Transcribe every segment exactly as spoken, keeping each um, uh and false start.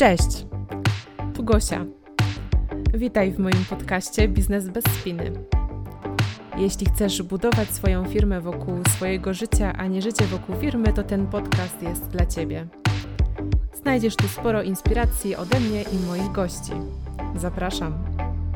Cześć, tu Gosia. Witaj w moim podcaście Biznes bez spiny. Jeśli chcesz budować swoją firmę wokół swojego życia, a nie życie wokół firmy, to ten podcast jest dla Ciebie. Znajdziesz tu sporo inspiracji ode mnie i moich gości. Zapraszam.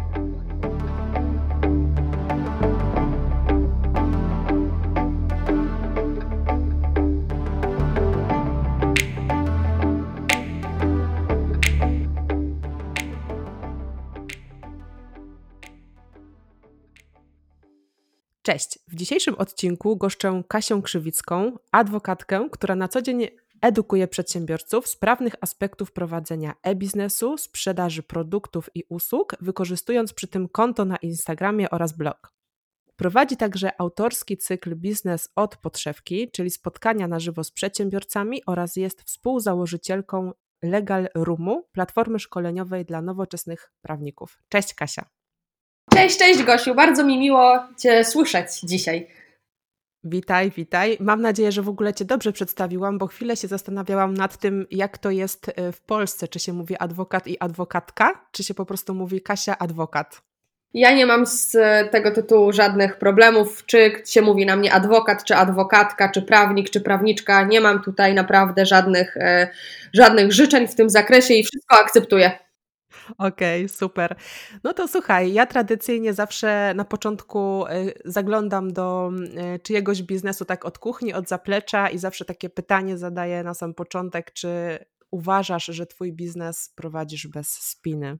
Cześć! W dzisiejszym odcinku goszczę Kasię Krzywicką, adwokatkę, która na co dzień edukuje przedsiębiorców z prawnych aspektów prowadzenia e-biznesu, sprzedaży produktów i usług, wykorzystując przy tym konto na Instagramie oraz blog. Prowadzi także autorski cykl Biznes od podszewki, czyli spotkania na żywo z przedsiębiorcami, oraz jest współzałożycielką Legal Roomu, platformy szkoleniowej dla nowoczesnych prawników. Cześć Kasia! Cześć, cześć Gosiu, bardzo mi miło Cię słyszeć dzisiaj. Witaj, witaj. Mam nadzieję, że w ogóle Cię dobrze przedstawiłam, bo chwilę się zastanawiałam nad tym, jak to jest w Polsce. Czy się mówi adwokat i adwokatka, czy się po prostu mówi Kasia adwokat? Ja nie mam z tego tytułu żadnych problemów, czy się mówi na mnie adwokat, czy adwokatka, czy prawnik, czy prawniczka. Nie mam tutaj naprawdę żadnych, e, żadnych życzeń w tym zakresie i wszystko akceptuję. Okej, okay, super. No to słuchaj, ja tradycyjnie zawsze na początku zaglądam do czyjegoś biznesu tak od kuchni, od zaplecza i zawsze takie pytanie zadaję na sam początek, czy uważasz, że Twój biznes prowadzisz bez spiny?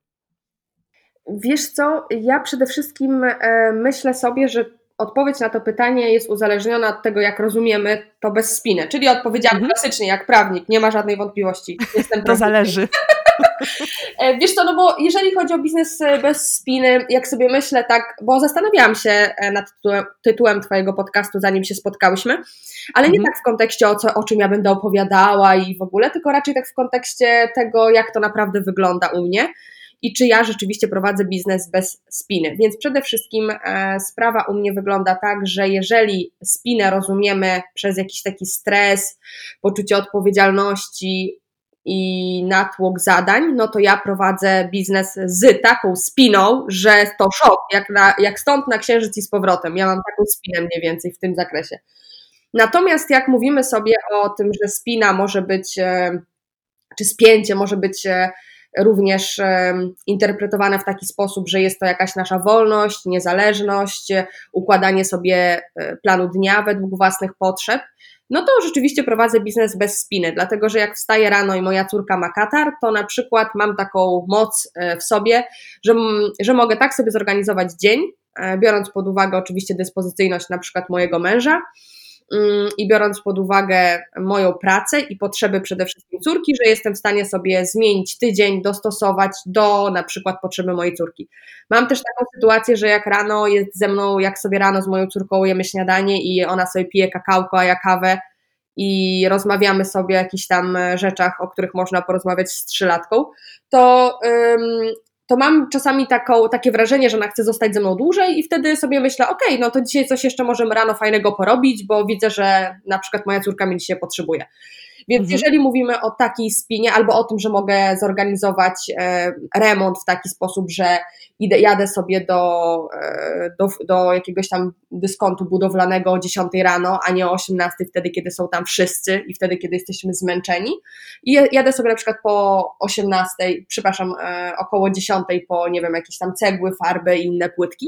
Wiesz co, ja przede wszystkim e, myślę sobie, że odpowiedź na to pytanie jest uzależniona od tego, jak rozumiemy to bez spiny, czyli odpowiedziałam mhm. klasycznie, jak prawnik, nie ma żadnej wątpliwości. Jestem to zależy. Wiesz co, no bo jeżeli chodzi o biznes bez spiny, jak sobie myślę tak, bo zastanawiałam się nad tytułem, tytułem Twojego podcastu, zanim się spotkałyśmy, ale nie mhm. tak w kontekście o, co, o czym ja będę opowiadała i w ogóle, tylko raczej tak w kontekście tego, jak to naprawdę wygląda u mnie i czy ja rzeczywiście prowadzę biznes bez spiny. Więc przede wszystkim e, sprawa u mnie wygląda tak, że jeżeli spinę rozumiemy przez jakiś taki stres, poczucie odpowiedzialności i natłok zadań, no to ja prowadzę biznes z taką spiną, że to szok, jak, na, jak stąd na księżyc i z powrotem. Ja mam taką spinę mniej więcej w tym zakresie. Natomiast jak mówimy sobie o tym, że spina może być, czy spięcie może być również interpretowane w taki sposób, że jest to jakaś nasza wolność, niezależność, układanie sobie planu dnia według własnych potrzeb, no to rzeczywiście prowadzę biznes bez spiny, dlatego że jak wstaję rano i moja córka ma katar, to na przykład mam taką moc w sobie, że, że mogę tak sobie zorganizować dzień, biorąc pod uwagę oczywiście dyspozycyjność na przykład mojego męża i biorąc pod uwagę moją pracę i potrzeby przede wszystkim córki, że jestem w stanie sobie zmienić tydzień, dostosować do na przykład potrzeby mojej córki. Mam też taką sytuację, że jak rano jest ze mną, jak sobie rano z moją córką jemy śniadanie i ona sobie pije kakałko, a ja kawę i rozmawiamy sobie o jakichś tam rzeczach, o których można porozmawiać z trzylatką, to... Ym, to mam czasami taką, takie wrażenie, że ona chce zostać ze mną dłużej i wtedy sobie myślę, okej, okay, no to dzisiaj coś jeszcze możemy rano fajnego porobić, bo widzę, że na przykład moja córka mnie dzisiaj potrzebuje. Więc mhm. jeżeli mówimy o takiej spinie albo o tym, że mogę zorganizować e, remont w taki sposób, że idę, jadę sobie do, e, do, do jakiegoś tam dyskontu budowlanego o dziesiątej rano, a nie o osiemnastej wtedy, kiedy są tam wszyscy i wtedy, kiedy jesteśmy zmęczeni. I jadę sobie na przykład po osiemnastej, przepraszam, e, około dziesiątej po, nie wiem, jakieś tam cegły, farby i inne płytki.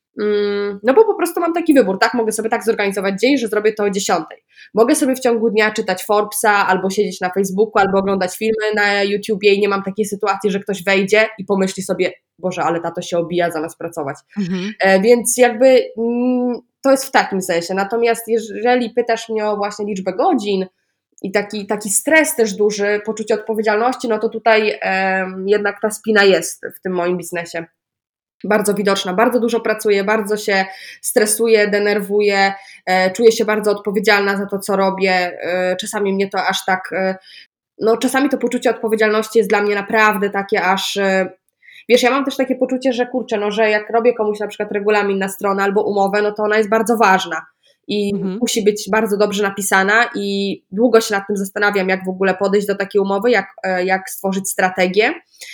No bo po prostu mam taki wybór, tak? Mogę sobie tak zorganizować dzień, że zrobię to o dziesiątej. Mogę sobie w ciągu dnia czytać Forbesa, albo siedzieć na Facebooku, albo oglądać filmy na YouTubie i nie mam takiej sytuacji, że ktoś wejdzie i pomyśli sobie, Boże, ale tato się obija zamiast pracować. Mhm. E, więc jakby mm, to jest w takim sensie. Natomiast jeżeli pytasz mnie o właśnie liczbę godzin i taki, taki stres też duży, poczucie odpowiedzialności, no to tutaj e, jednak ta spina jest w tym moim biznesie. Bardzo widoczna, bardzo dużo pracuję, bardzo się stresuję, denerwuję, e, czuję się bardzo odpowiedzialna za to, co robię. E, czasami mnie to aż tak, e, no czasami to poczucie odpowiedzialności jest dla mnie naprawdę takie aż, e, wiesz, ja mam też takie poczucie, że kurczę, no że jak robię komuś na przykład regulamin na stronę albo umowę, no to ona jest bardzo ważna. i Mhm. musi być bardzo dobrze napisana i długo się nad tym zastanawiam, jak w ogóle podejść do takiej umowy, jak, jak stworzyć strategię.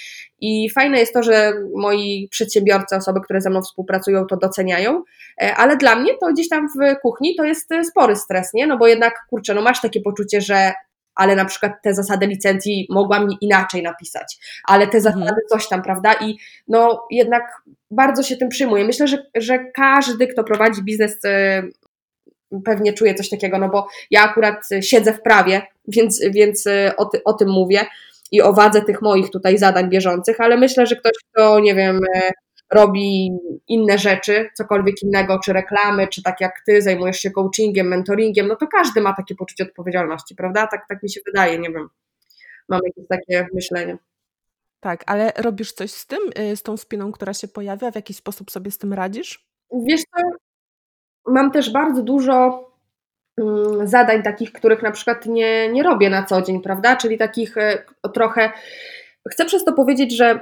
I fajne jest to, że moi przedsiębiorcy, osoby, które ze mną współpracują, to doceniają, ale dla mnie to gdzieś tam w kuchni to jest spory stres, nie? No bo jednak, kurczę, no masz takie poczucie, że ale na przykład te zasady licencji mogłam inaczej napisać, ale te zasady Mhm. coś tam, prawda? I no jednak bardzo się tym przyjmuję. Myślę, że, że każdy, kto prowadzi biznes, pewnie czuje coś takiego, no bo ja akurat siedzę w prawie, więc, więc o, ty, o tym mówię i o wadze tych moich tutaj zadań bieżących, ale myślę, że ktoś, kto, nie wiem, robi inne rzeczy, cokolwiek innego, czy reklamy, czy tak jak ty, zajmujesz się coachingiem, mentoringiem, no to każdy ma takie poczucie odpowiedzialności, prawda? Tak, tak mi się wydaje, nie wiem, mam jakieś takie myślenie. Tak, ale robisz coś z tym, z tą spiną, która się pojawia? W jakiś sposób sobie z tym radzisz? Wiesz co, mam też bardzo dużo zadań takich, których na przykład nie, nie robię na co dzień, prawda? Czyli takich trochę, chcę przez to powiedzieć, że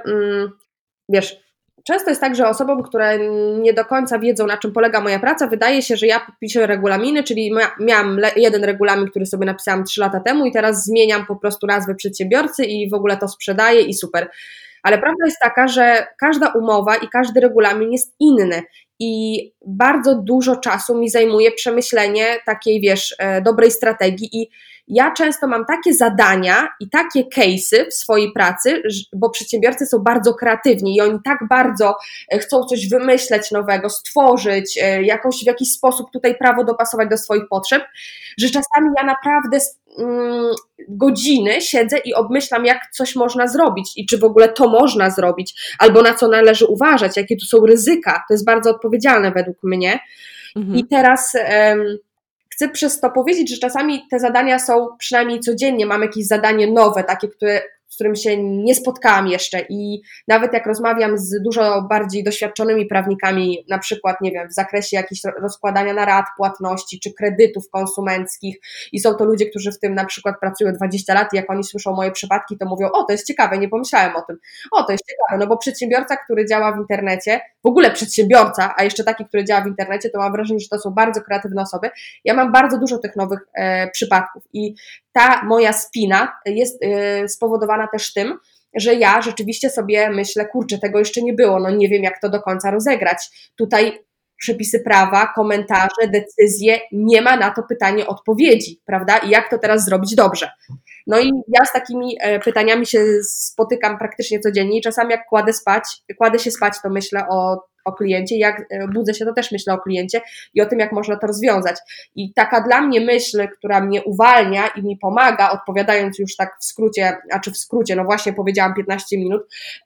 wiesz, często jest tak, że osobom, które nie do końca wiedzą, na czym polega moja praca, wydaje się, że ja piszę regulaminy, czyli miałam jeden regulamin, który sobie napisałam trzy lata temu i teraz zmieniam po prostu nazwę przedsiębiorcy i w ogóle to sprzedaję i super. Ale prawda jest taka, że każda umowa i każdy regulamin jest inny i bardzo dużo czasu mi zajmuje przemyślenie takiej, wiesz, dobrej strategii i ja często mam takie zadania i takie case'y w swojej pracy, bo przedsiębiorcy są bardzo kreatywni i oni tak bardzo chcą coś wymyśleć nowego, stworzyć, jakoś w jakiś sposób tutaj prawo dopasować do swoich potrzeb, że czasami ja naprawdę mm, godziny siedzę i obmyślam, jak coś można zrobić i czy w ogóle to można zrobić, albo na co należy uważać, jakie tu są ryzyka. To jest bardzo odpowiedzialne według mnie. Mhm. I teraz um, chcę przez to powiedzieć, że czasami te zadania są, przynajmniej codziennie mam jakieś zadanie nowe, takie, które, z którym się nie spotkałam jeszcze i nawet jak rozmawiam z dużo bardziej doświadczonymi prawnikami, na przykład, nie wiem, w zakresie jakichś rozkładania na rat płatności czy kredytów konsumenckich i są to ludzie, którzy w tym na przykład pracują dwadzieścia lat i jak oni słyszą moje przypadki, to mówią, o, to jest ciekawe, nie pomyślałem o tym, o, to jest ciekawe, no bo przedsiębiorca, który działa w internecie, w ogóle przedsiębiorca, a jeszcze taki, który działa w internecie, to mam wrażenie, że to są bardzo kreatywne osoby. Ja mam bardzo dużo tych nowych e, przypadków i ta moja spina jest e, spowodowana też tym, że ja rzeczywiście sobie myślę, kurczę, tego jeszcze nie było, no nie wiem, jak to do końca rozegrać. Tutaj przepisy prawa, komentarze, decyzje, nie ma na to pytanie odpowiedzi, prawda? I jak to teraz zrobić dobrze? No i ja z takimi pytaniami się spotykam praktycznie codziennie i czasami jak kładę spać, kładę się spać, to myślę o, o kliencie, jak budzę się, to też myślę o kliencie i o tym, jak można to rozwiązać. I taka dla mnie myśl, która mnie uwalnia i mi pomaga, odpowiadając już tak w skrócie, a czy w skrócie, no właśnie powiedziałam piętnaście minut,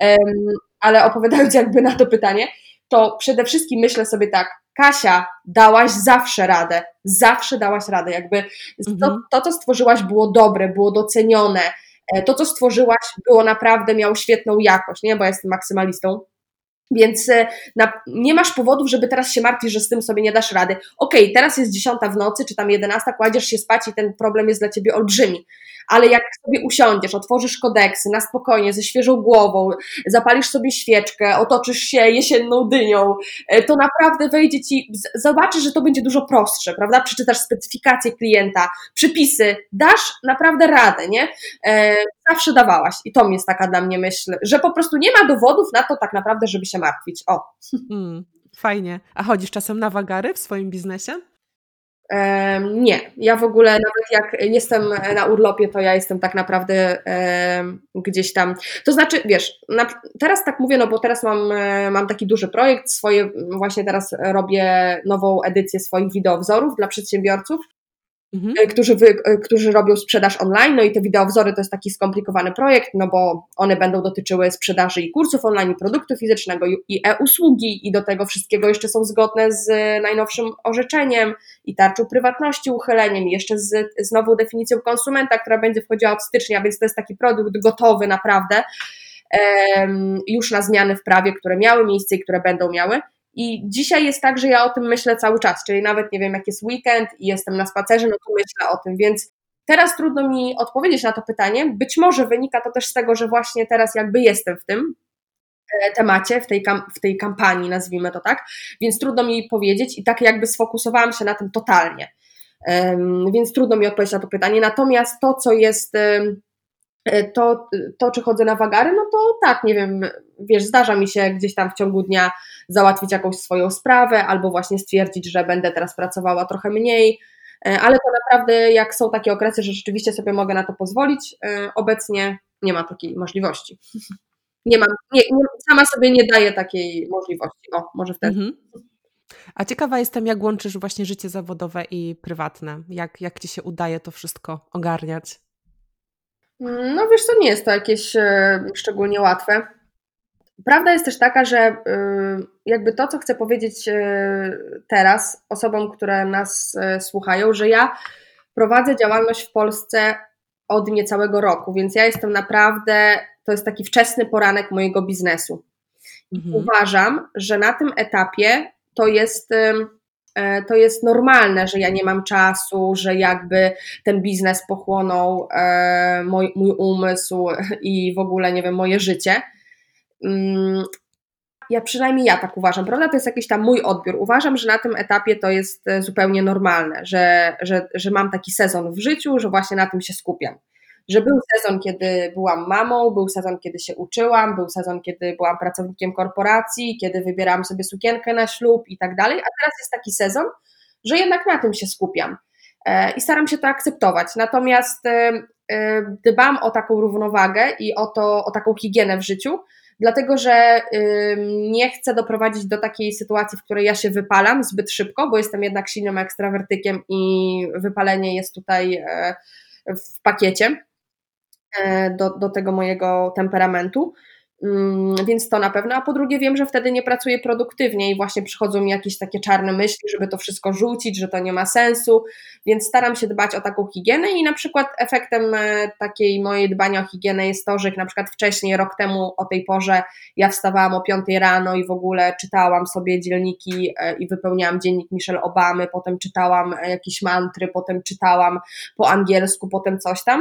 ale opowiadając jakby na to pytanie, to przede wszystkim myślę sobie tak, Kasia, dałaś zawsze radę, zawsze dałaś radę, jakby to, to, co stworzyłaś było dobre, było docenione, to, co stworzyłaś było naprawdę, miało świetną jakość, nie, bo ja jestem maksymalistą, więc na, nie masz powodów, żeby teraz się martwić, że z tym sobie nie dasz rady. Okej, okay, teraz jest dziesiąta w nocy, czy tam jedenasta, kładziesz się spać i ten problem jest dla ciebie olbrzymi, ale jak sobie usiądziesz, otworzysz kodeksy na spokojnie, ze świeżą głową, zapalisz sobie świeczkę, otoczysz się jesienną dynią, to naprawdę wejdzie ci, zobaczysz, że to będzie dużo prostsze, prawda? Przeczytasz specyfikację klienta, przypisy, dasz naprawdę radę, nie? E, zawsze dawałaś i to jest taka dla mnie myśl, że po prostu nie ma dowodów na to tak naprawdę, żeby się martwić. O. Mm, fajnie. A chodzisz czasem na wagary w swoim biznesie? Nie, ja w ogóle nawet jak jestem na urlopie, to ja jestem tak naprawdę gdzieś tam, to znaczy wiesz, na, teraz tak mówię, no bo teraz mam, mam taki duży projekt, swoje, właśnie teraz robię nową edycję swoich wideowzorów dla przedsiębiorców, Mhm. Którzy, wy, którzy robią sprzedaż online, no i te wideowzory to jest taki skomplikowany projekt, no bo one będą dotyczyły sprzedaży i kursów online, i produktu fizycznego, i e-usługi, i do tego wszystkiego jeszcze są zgodne z najnowszym orzeczeniem i tarczą prywatności, uchyleniem, i jeszcze z, z nową definicją konsumenta, która będzie wchodziła od stycznia, więc to jest taki produkt gotowy naprawdę, um, już na zmiany w prawie, które miały miejsce i które będą miały. I dzisiaj jest tak, że ja o tym myślę cały czas, czyli nawet nie wiem, jak jest weekend i jestem na spacerze, no to myślę o tym, więc teraz trudno mi odpowiedzieć na to pytanie. Być może wynika to też z tego, że właśnie teraz jakby jestem w tym, temacie, w tej, kam- w tej kampanii, nazwijmy to tak, więc trudno mi powiedzieć i tak jakby sfokusowałam się na tym totalnie. Um, więc trudno mi odpowiedzieć na to pytanie. Natomiast to, co jest, um, to, to, czy chodzę na wagary, no to tak, nie wiem, wiesz, zdarza mi się gdzieś tam w ciągu dnia załatwić jakąś swoją sprawę, albo właśnie stwierdzić, że będę teraz pracowała trochę mniej, ale to naprawdę jak są takie okresy, że rzeczywiście sobie mogę na to pozwolić, obecnie nie ma takiej możliwości. Nie mam, nie, nie, sama sobie nie daję takiej możliwości. O, może wtedy. Mhm. A ciekawa jestem, jak łączysz właśnie życie zawodowe i prywatne. Jak, jak ci się udaje to wszystko ogarniać? No wiesz co, nie jest to jakieś e, szczególnie łatwe. Prawda jest też taka, że e, jakby to, co chcę powiedzieć e, teraz osobom, które nas e, słuchają, że ja prowadzę działalność w Polsce od niecałego roku, więc ja jestem naprawdę, to jest taki wczesny poranek mojego biznesu. I Mhm. uważam, że na tym etapie to jest, e, to jest normalne, że ja nie mam czasu, że jakby ten biznes pochłonął e, mój, mój umysł i w ogóle, nie wiem, moje życie. Mm, Ja przynajmniej ja tak uważam, prawda? To jest jakiś tam mój odbiór. Uważam, że na tym etapie to jest zupełnie normalne, że, że, że mam taki sezon w życiu, że właśnie na tym się skupiam. Że był sezon, kiedy byłam mamą, był sezon, kiedy się uczyłam, był sezon, kiedy byłam pracownikiem korporacji, kiedy wybierałam sobie sukienkę na ślub i tak dalej, a teraz jest taki sezon, że jednak na tym się skupiam i staram się to akceptować. Natomiast dbam o taką równowagę i o, to, o taką higienę w życiu, dlatego że nie chcę doprowadzić do takiej sytuacji, w której ja się wypalam zbyt szybko, bo jestem jednak silnym ekstrawertykiem i wypalenie jest tutaj w pakiecie do, do tego mojego temperamentu, więc to na pewno, a po drugie wiem, że wtedy nie pracuję produktywnie i właśnie przychodzą mi jakieś takie czarne myśli, żeby to wszystko rzucić, że to nie ma sensu, więc staram się dbać o taką higienę i na przykład efektem takiej mojej dbania o higienę jest to, że jak na przykład wcześniej, rok temu o tej porze ja wstawałam o piątej rano i w ogóle czytałam sobie dzienniki i wypełniałam dziennik Michelle Obamy, potem czytałam jakieś mantry, potem czytałam po angielsku, potem coś tam,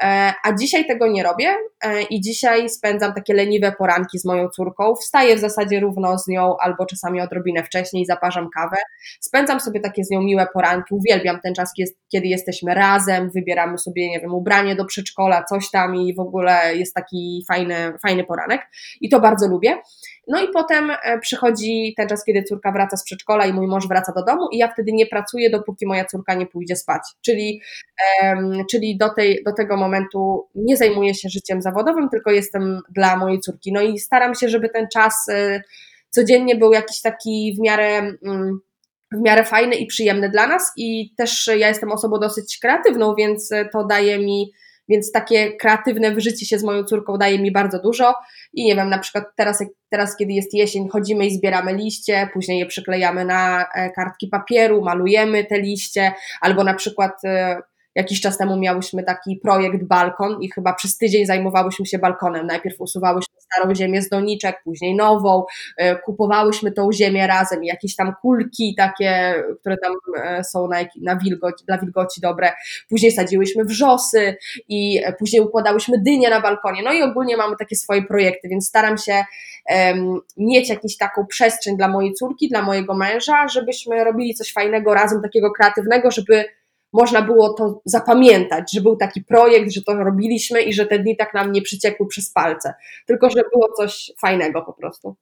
a dzisiaj tego nie robię i dzisiaj spędzam takie leniwe poranki z moją córką, wstaję w zasadzie równo z nią albo czasami odrobinę wcześniej, zaparzam kawę, spędzam sobie takie z nią miłe poranki, uwielbiam ten czas, kiedy jesteśmy razem, wybieramy sobie, nie wiem, ubranie do przedszkola, coś tam i w ogóle jest taki fajny, fajny poranek i to bardzo lubię. No i potem przychodzi ten czas, kiedy córka wraca z przedszkola i mój mąż wraca do domu i ja wtedy nie pracuję, dopóki moja córka nie pójdzie spać, czyli, um, czyli do, tej, do tego momentu nie zajmuję się życiem zawodowym, tylko jestem dla mojej córki. No i staram się, żeby ten czas y, codziennie był jakiś taki w miarę... Y, w miarę fajny i przyjemny dla nas i też ja jestem osobą dosyć kreatywną, więc to daje mi, więc takie kreatywne życie się z moją córką daje mi bardzo dużo i nie wiem, na przykład teraz, teraz kiedy jest jesień, chodzimy i zbieramy liście, później je przyklejamy na kartki papieru, malujemy te liście, albo na przykład jakiś czas temu miałyśmy taki projekt balkon i chyba przez tydzień zajmowałyśmy się balkonem. Najpierw usuwałyśmy starą ziemię z doniczek, później nową, kupowałyśmy tą ziemię razem i jakieś tam kulki takie, które tam są na, na wilgoć, dla wilgoci dobre. Później sadziłyśmy wrzosy i później układałyśmy dynie na balkonie. No i ogólnie mamy takie swoje projekty, więc staram się um, mieć jakąś taką przestrzeń dla mojej córki, dla mojego męża, żebyśmy robili coś fajnego razem, takiego kreatywnego, żeby można było to zapamiętać, że był taki projekt, że to robiliśmy i że te dni tak nam nie przyciekły przez palce, tylko że było coś fajnego po prostu.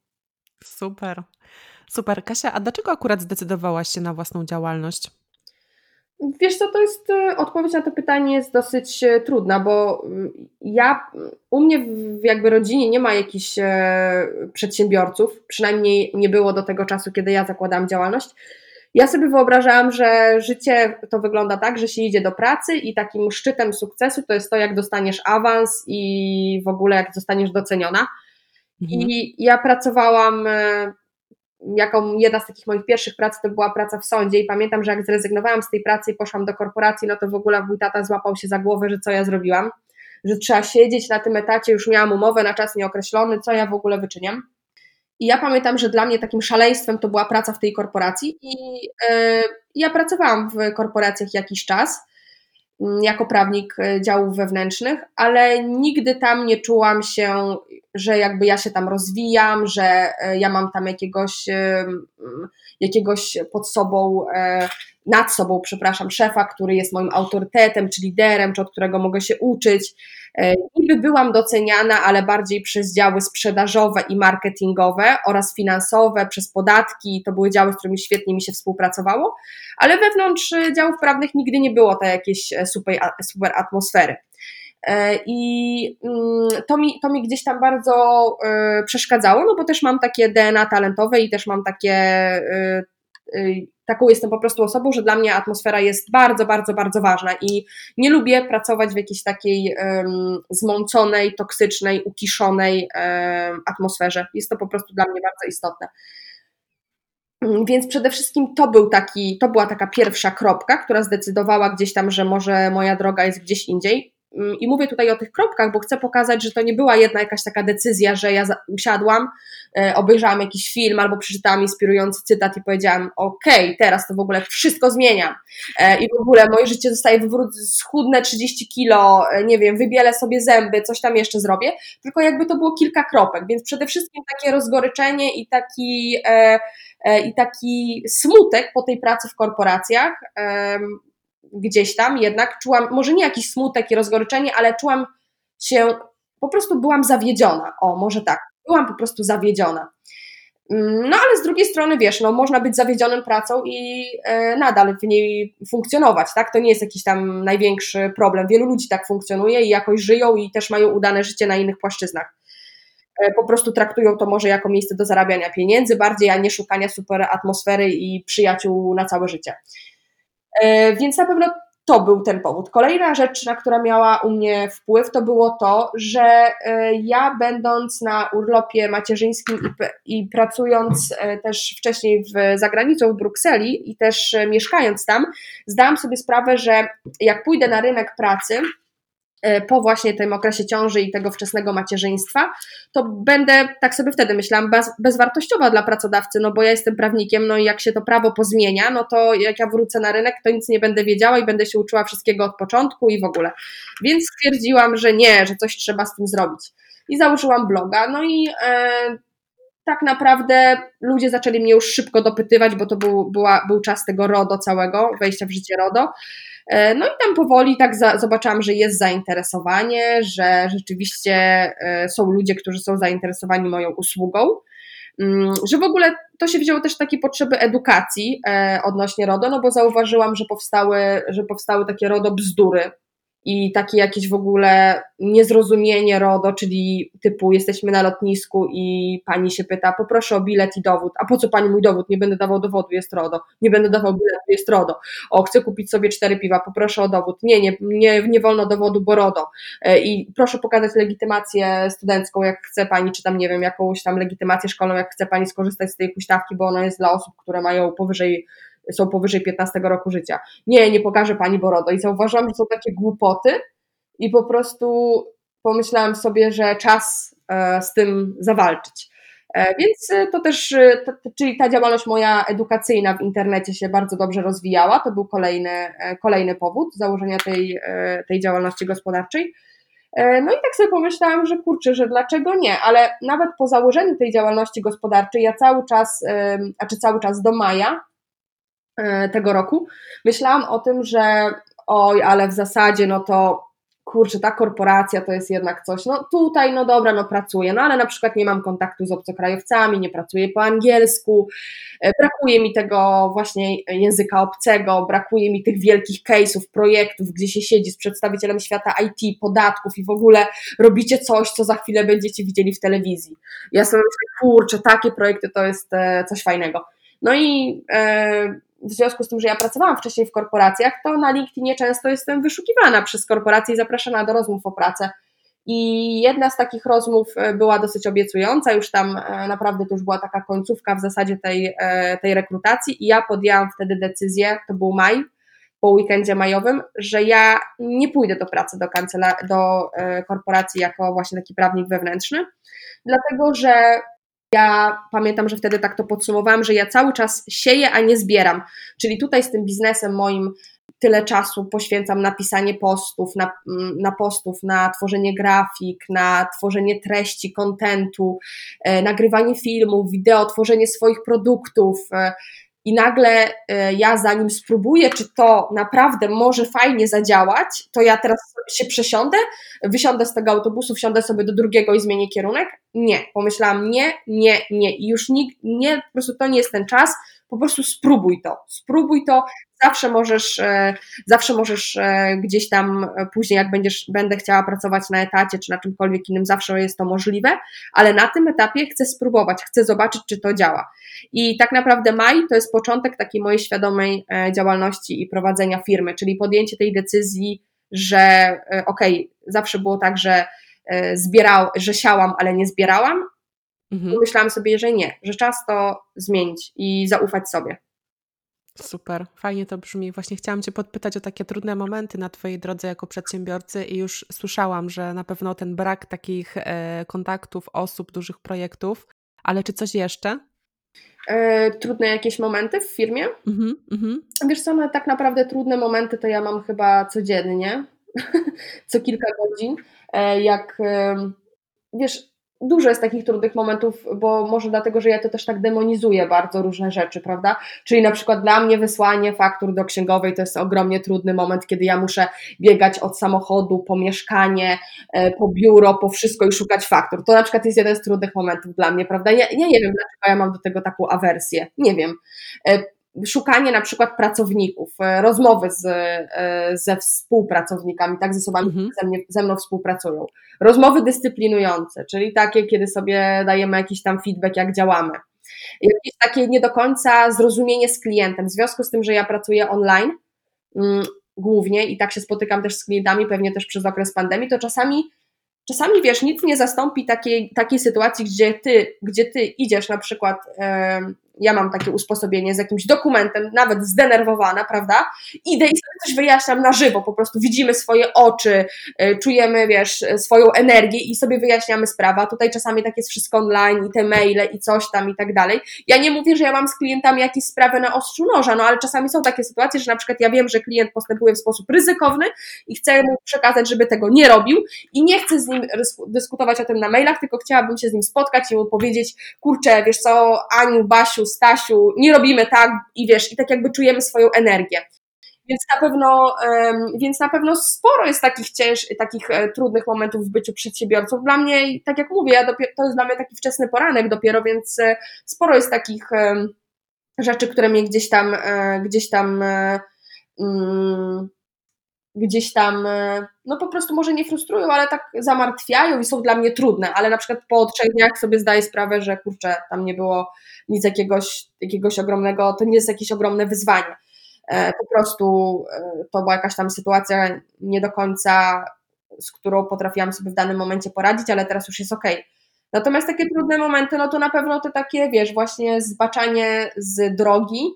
Super, super. Kasia, a dlaczego akurat zdecydowałaś się na własną działalność? Wiesz co, to jest, odpowiedź na to pytanie jest dosyć trudna, bo ja, u mnie w jakby rodzinie nie ma jakichś przedsiębiorców, przynajmniej nie było do tego czasu, kiedy ja zakładałam działalność. Ja sobie wyobrażałam, że życie to wygląda tak, że się idzie do pracy i takim szczytem sukcesu to jest to, jak dostaniesz awans i w ogóle jak zostaniesz doceniona. Mhm. I ja pracowałam, jaką jedna z takich moich pierwszych prac to była praca w sądzie i pamiętam, że jak zrezygnowałam z tej pracy i poszłam do korporacji, no to w ogóle mój tata złapał się za głowę, że co ja zrobiłam, że trzeba siedzieć na tym etacie, już miałam umowę na czas nieokreślony, co ja w ogóle wyczyniam. I ja pamiętam, że dla mnie takim szaleństwem to była praca w tej korporacji i yy, ja pracowałam w korporacjach jakiś czas yy, jako prawnik działów wewnętrznych, ale nigdy tam nie czułam się że jakby ja się tam rozwijam, że ja mam tam jakiegoś, jakiegoś pod sobą, nad sobą, przepraszam, szefa, który jest moim autorytetem, czy liderem, czy od którego mogę się uczyć. Niby byłam doceniana, ale bardziej przez działy sprzedażowe i marketingowe oraz finansowe, przez podatki, to były działy, z którymi świetnie mi się współpracowało, ale wewnątrz działów prawnych nigdy nie było tej jakiejś super, super atmosfery. I to mi, to mi gdzieś tam bardzo przeszkadzało, no bo też mam takie D N A talentowe i też mam takie, taką jestem po prostu osobą, że dla mnie atmosfera jest bardzo, bardzo, bardzo ważna i nie lubię pracować w jakiejś takiej zmąconej, toksycznej, ukiszonej atmosferze. Jest to po prostu dla mnie bardzo istotne. Więc przede wszystkim to był taki, to była taka pierwsza kropka, która zdecydowała gdzieś tam, że może moja droga jest gdzieś indziej. I mówię tutaj o tych kropkach, bo chcę pokazać, że to nie była jedna jakaś taka decyzja, że ja usiadłam, obejrzałam jakiś film albo przeczytałam inspirujący cytat i powiedziałam, okej, okay, teraz to w ogóle wszystko zmieniam i w ogóle moje życie zostaje wywrócone, schudnę trzydzieści kilo, nie wiem, wybielę sobie zęby, coś tam jeszcze zrobię, tylko jakby to było kilka kropek, więc przede wszystkim takie rozgoryczenie i taki, i taki smutek po tej pracy w korporacjach, gdzieś tam jednak czułam, może nie jakiś smutek i rozgoryczenie, ale czułam się, po prostu byłam zawiedziona, o może tak, byłam po prostu zawiedziona. No ale z drugiej strony wiesz, no można być zawiedzionym pracą i e, nadal w niej funkcjonować, tak, to nie jest jakiś tam największy problem, wielu ludzi tak funkcjonuje i jakoś żyją i też mają udane życie na innych płaszczyznach. E, po prostu traktują to może jako miejsce do zarabiania pieniędzy bardziej, a nie szukania super atmosfery i przyjaciół na całe życie. Więc na pewno to był ten powód. Kolejna rzecz, na która miała u mnie wpływ, to było to, że ja będąc na urlopie macierzyńskim i, i pracując też wcześniej w, za granicą w Brukseli i też mieszkając tam, zdałam sobie sprawę, że jak pójdę na rynek pracy po właśnie tym okresie ciąży i tego wczesnego macierzyństwa, to będę, tak sobie wtedy myślałam, bez, bezwartościowa dla pracodawcy, no bo ja jestem prawnikiem, no i jak się to prawo pozmienia, no to jak ja wrócę na rynek, to nic nie będę wiedziała i będę się uczyła wszystkiego od początku i w ogóle. Więc stwierdziłam, że nie, że coś trzeba z tym zrobić. I założyłam bloga, no i e, tak naprawdę ludzie zaczęli mnie już szybko dopytywać, bo to był, była, był czas tego RODO całego, wejścia w życie RODO. No i tam powoli tak za, zobaczyłam, że jest zainteresowanie, że rzeczywiście są ludzie, którzy są zainteresowani moją usługą, że w ogóle to się wzięło też takiej potrzeby edukacji odnośnie RODO, no bo zauważyłam, że powstały, że powstały takie RODO bzdury i takie jakieś w ogóle niezrozumienie RODO, czyli typu jesteśmy na lotnisku i pani się pyta, poproszę o bilet i dowód, a po co pani mój dowód, nie będę dawał dowodu, jest RODO, nie będę dawał biletu, jest RODO, o chcę kupić sobie cztery piwa, poproszę o dowód, nie, nie, nie, nie wolno dowodu, bo RODO i proszę pokazać legitymację studencką, jak chce pani, czy tam nie wiem, jakąś tam legitymację szkolną, jak chce pani skorzystać z tej huśtawki, bo ona jest dla osób, które mają powyżej są powyżej piętnastego roku życia. Nie, nie pokaże pani, bo RODO. I zauważyłam, że są takie głupoty i po prostu pomyślałam sobie, że czas z tym zawalczyć. Więc to też, to, czyli ta działalność moja edukacyjna w internecie się bardzo dobrze rozwijała. To był kolejny, kolejny powód założenia tej, tej działalności gospodarczej. No i tak sobie pomyślałam, że kurczę, że dlaczego nie, ale nawet po założeniu tej działalności gospodarczej ja cały czas, a czy cały czas do maja tego roku, myślałam o tym, że oj, ale w zasadzie no to kurczę, ta korporacja to jest jednak coś, no tutaj no dobra, no pracuję, no ale na przykład nie mam kontaktu z obcokrajowcami, nie pracuję po angielsku, brakuje mi tego właśnie języka obcego, brakuje mi tych wielkich case'ów, projektów, gdzie się siedzi z przedstawicielem świata I T, podatków i w ogóle robicie coś, co za chwilę będziecie widzieli w telewizji. Ja sobie myślę, kurczę, takie projekty to jest coś fajnego. No i e, w związku z tym, że ja pracowałam wcześniej w korporacjach, to na LinkedInie często jestem wyszukiwana przez korporacje i zapraszana do rozmów o pracę. I jedna z takich rozmów była dosyć obiecująca, już tam naprawdę to już była taka końcówka w zasadzie tej, tej rekrutacji i ja podjęłam wtedy decyzję, to był maj, po weekendzie majowym, że ja nie pójdę do pracy do, kancela- do korporacji jako właśnie taki prawnik wewnętrzny, dlatego że ja pamiętam, że wtedy tak to podsumowałam, że ja cały czas sieję, a nie zbieram, czyli tutaj z tym biznesem moim tyle czasu poświęcam na pisanie postów, na, na postów, na tworzenie grafik, na tworzenie treści, kontentu, nagrywanie filmów, wideo, tworzenie swoich produktów i nagle ja zanim spróbuję, czy to naprawdę może fajnie zadziałać, to ja teraz się przesiądę, wysiądę z tego autobusu, wsiądę sobie do drugiego i zmienię kierunek? Nie. Pomyślałam nie, nie, nie. I już nikt, nie, po prostu to nie jest ten czas, po prostu spróbuj to, spróbuj to, zawsze możesz, zawsze możesz gdzieś tam później, jak będziesz, będę chciała pracować na etacie, czy na czymkolwiek innym, zawsze jest to możliwe, ale na tym etapie chcę spróbować, chcę zobaczyć, czy to działa. I tak naprawdę maj to jest początek takiej mojej świadomej działalności i prowadzenia firmy, czyli podjęcie tej decyzji, że okej, okay, zawsze było tak, że zbierał, że siałam, ale nie zbierałam. Mhm. Myślałam sobie, że nie, że czas to zmienić i zaufać sobie. Super, fajnie to brzmi. Właśnie chciałam Cię podpytać o takie trudne momenty na Twojej drodze jako przedsiębiorcy i już słyszałam, że na pewno ten brak takich e, kontaktów, osób, dużych projektów, ale czy coś jeszcze? E, trudne jakieś momenty w firmie? Mhm, mhm. Wiesz co, no tak naprawdę trudne momenty to ja mam chyba codziennie, co kilka godzin, e, jak e, wiesz, dużo jest takich trudnych momentów, bo może dlatego, że ja to też tak demonizuję bardzo różne rzeczy, prawda? Czyli na przykład dla mnie wysłanie faktur do księgowej to jest ogromnie trudny moment, kiedy ja muszę biegać od samochodu po mieszkanie, po biuro, po wszystko i szukać faktur. To na przykład jest jeden z trudnych momentów dla mnie, prawda? Ja, ja nie wiem, dlaczego ja mam do tego taką awersję. Nie wiem. Szukanie na przykład pracowników, rozmowy z, ze współpracownikami, tak, z osobami, mhm. które ze, mnie, ze mną współpracują. Rozmowy dyscyplinujące, czyli takie, kiedy sobie dajemy jakiś tam feedback, jak działamy. Jakieś takie nie do końca zrozumienie z klientem, w związku z tym, że ja pracuję online mm, głównie i tak się spotykam też z klientami, pewnie też przez okres pandemii, to czasami Czasami, wiesz, nic nie zastąpi takiej, takiej sytuacji, gdzie ty, gdzie ty idziesz na przykład, e, ja mam takie usposobienie z jakimś dokumentem, nawet zdenerwowana, prawda? Idę i sobie coś wyjaśniam na żywo, po prostu widzimy swoje oczy, e, czujemy, wiesz, swoją energię i sobie wyjaśniamy sprawę. A tutaj czasami tak jest wszystko online i te maile i coś tam i tak dalej. Ja nie mówię, że ja mam z klientami jakieś sprawy na ostrzu noża, no ale czasami są takie sytuacje, że na przykład ja wiem, że klient postępuje w sposób ryzykowny i chcę mu przekazać, żeby tego nie robił i nie chcę z nim dyskutować o tym na mailach, tylko chciałabym się z nim spotkać i mu powiedzieć, kurczę, wiesz co, Aniu, Basiu, Stasiu, nie robimy tak i wiesz, i tak jakby czujemy swoją energię. Więc na pewno, um, więc na pewno sporo jest takich cięż, takich e, trudnych momentów w byciu przedsiębiorcą. Dla mnie, tak jak mówię, ja dopiero, to jest dla mnie taki wczesny poranek dopiero, więc e, sporo jest takich e, rzeczy, które mnie gdzieś tam, e, gdzieś tam e, mm, gdzieś tam, no po prostu może nie frustrują, ale tak zamartwiają i są dla mnie trudne, ale na przykład po trzech dniach sobie zdaję sprawę, że kurczę, tam nie było nic jakiegoś, jakiegoś ogromnego, to nie jest jakieś ogromne wyzwanie. Po prostu to była jakaś tam sytuacja nie do końca, z którą potrafiłam sobie w danym momencie poradzić, ale teraz już jest okej. Natomiast takie trudne momenty, no to na pewno te takie, wiesz, właśnie zbaczanie z drogi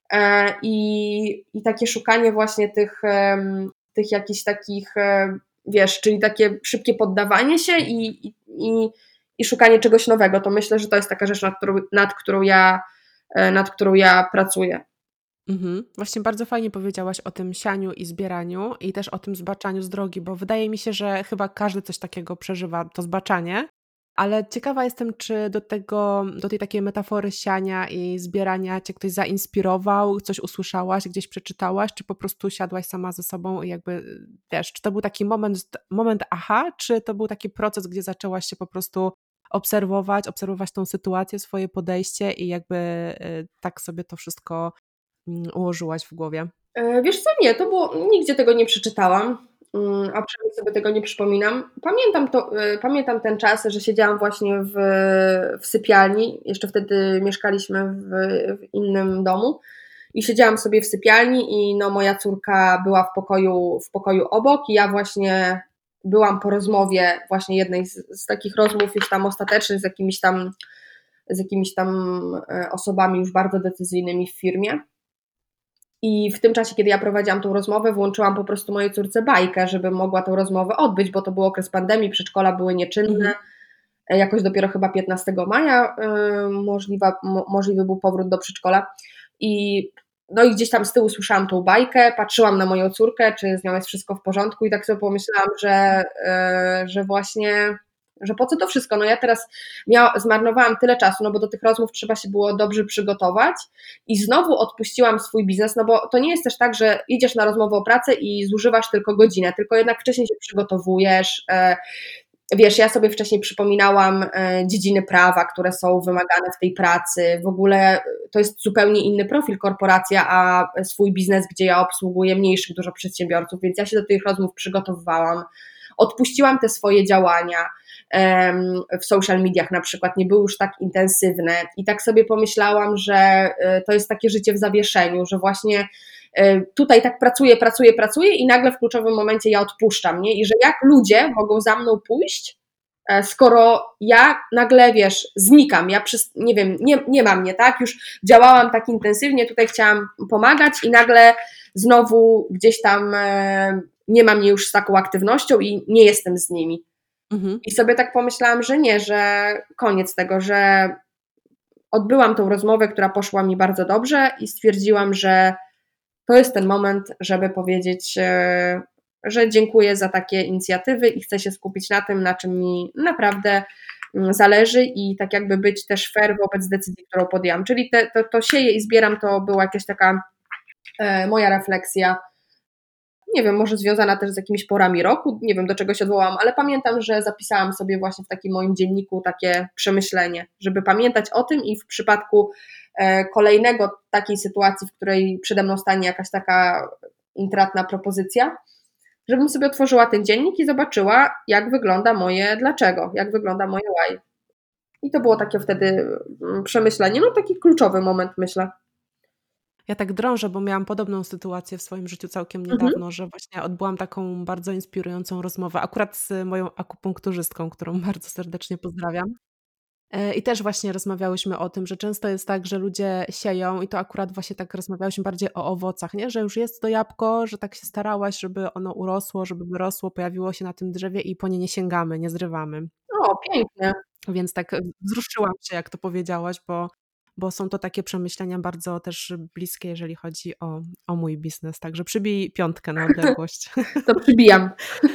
i, i takie szukanie właśnie tych tych jakichś takich, wiesz, czyli takie szybkie poddawanie się i, i, i szukanie czegoś nowego, to myślę, że to jest taka rzecz, nad którą, nad którą, ja, nad którą ja pracuję. Mhm. Właśnie bardzo fajnie powiedziałaś o tym sianiu i zbieraniu i też o tym zbaczaniu z drogi, bo wydaje mi się, że chyba każdy coś takiego przeżywa, to zbaczanie, ale ciekawa jestem, czy do tego, do tej takiej metafory siania i zbierania cię ktoś zainspirował, coś usłyszałaś, gdzieś przeczytałaś, czy po prostu siadłaś sama ze sobą i jakby, wiesz, czy to był taki moment, moment aha, czy to był taki proces, gdzie zaczęłaś się po prostu obserwować, obserwować tą sytuację, swoje podejście i jakby tak sobie to wszystko ułożyłaś w głowie? Wiesz co, nie, to było, nigdzie tego nie przeczytałam. A przynajmniej sobie tego nie przypominam. Pamiętam, to, pamiętam ten czas, że siedziałam właśnie w, w sypialni, jeszcze wtedy mieszkaliśmy w, w innym domu i siedziałam sobie w sypialni i no moja córka była w pokoju, w pokoju obok i ja właśnie byłam po rozmowie, właśnie jednej z, z takich rozmów już tam ostatecznych z jakimiś tam, z jakimiś tam osobami już bardzo decyzyjnymi w firmie. I w tym czasie, kiedy ja prowadziłam tą rozmowę, włączyłam po prostu mojej córce bajkę, żeby mogła tą rozmowę odbyć, bo to był okres pandemii, przedszkola były nieczynne. Mhm. Jakoś dopiero chyba piętnastego maja yy, możliwa, mo, możliwy był powrót do przedszkola. I no i gdzieś tam z tyłu słyszałam tą bajkę, patrzyłam na moją córkę, czy z nią jest wszystko w porządku i tak sobie pomyślałam, że, że właśnie, że po co to wszystko, no ja teraz miała, zmarnowałam tyle czasu, no bo do tych rozmów trzeba się było dobrze przygotować i znowu odpuściłam swój biznes, no bo to nie jest też tak, że idziesz na rozmowę o pracę i zużywasz tylko godzinę, tylko jednak wcześniej się przygotowujesz. Wiesz, ja sobie wcześniej przypominałam dziedziny prawa, które są wymagane w tej pracy. W ogóle to jest zupełnie inny profil korporacja, a swój biznes, gdzie ja obsługuję mniejszych dużo przedsiębiorców, więc ja się do tych rozmów przygotowywałam. Odpuściłam te swoje działania w social mediach na przykład, nie były już tak intensywne i tak sobie pomyślałam, że to jest takie życie w zawieszeniu, że właśnie tutaj tak pracuję, pracuję, pracuję i nagle w kluczowym momencie ja odpuszczam, nie? I że jak ludzie mogą za mną pójść, skoro ja nagle, wiesz, znikam, ja przez, nie wiem, nie, nie ma mnie, tak? Już działałam tak intensywnie, tutaj chciałam pomagać i nagle znowu gdzieś tam nie ma mnie już z taką aktywnością i nie jestem z nimi. Mhm. I sobie tak pomyślałam, że nie, że koniec tego, że odbyłam tą rozmowę, która poszła mi bardzo dobrze i stwierdziłam, że to jest ten moment, żeby powiedzieć, że dziękuję za takie inicjatywy i chcę się skupić na tym, na czym mi naprawdę zależy i tak jakby być też fair wobec decyzji, którą podjęłam. Czyli te, to, to sieję i zbieram, to była jakaś taka e, moja refleksja, nie wiem, może związana też z jakimiś porami roku, nie wiem do czego się odwołałam, ale pamiętam, że zapisałam sobie właśnie w takim moim dzienniku takie przemyślenie, żeby pamiętać o tym i w przypadku kolejnego takiej sytuacji, w której przede mną stanie jakaś taka intratna propozycja, żebym sobie otworzyła ten dziennik i zobaczyła, jak wygląda moje dlaczego, jak wygląda moje why. I to było takie wtedy przemyślenie, no taki kluczowy moment, myślę. Ja tak drążę, bo miałam podobną sytuację w swoim życiu całkiem niedawno, mhm. że właśnie odbyłam taką bardzo inspirującą rozmowę, akurat z moją akupunkturzystką, którą bardzo serdecznie pozdrawiam. I też właśnie rozmawiałyśmy o tym, że często jest tak, że ludzie sieją i to akurat właśnie tak rozmawiałyśmy bardziej o owocach, nie? Że już jest to jabłko, że tak się starałaś, żeby ono urosło, żeby wyrosło, pojawiło się na tym drzewie i po nie nie sięgamy, nie zrywamy. O, pięknie. Więc tak wzruszyłam się, jak to powiedziałaś, bo, bo są to takie przemyślenia bardzo też bliskie, jeżeli chodzi o, o mój biznes. Także przybij piątkę na odległość. To przybijam.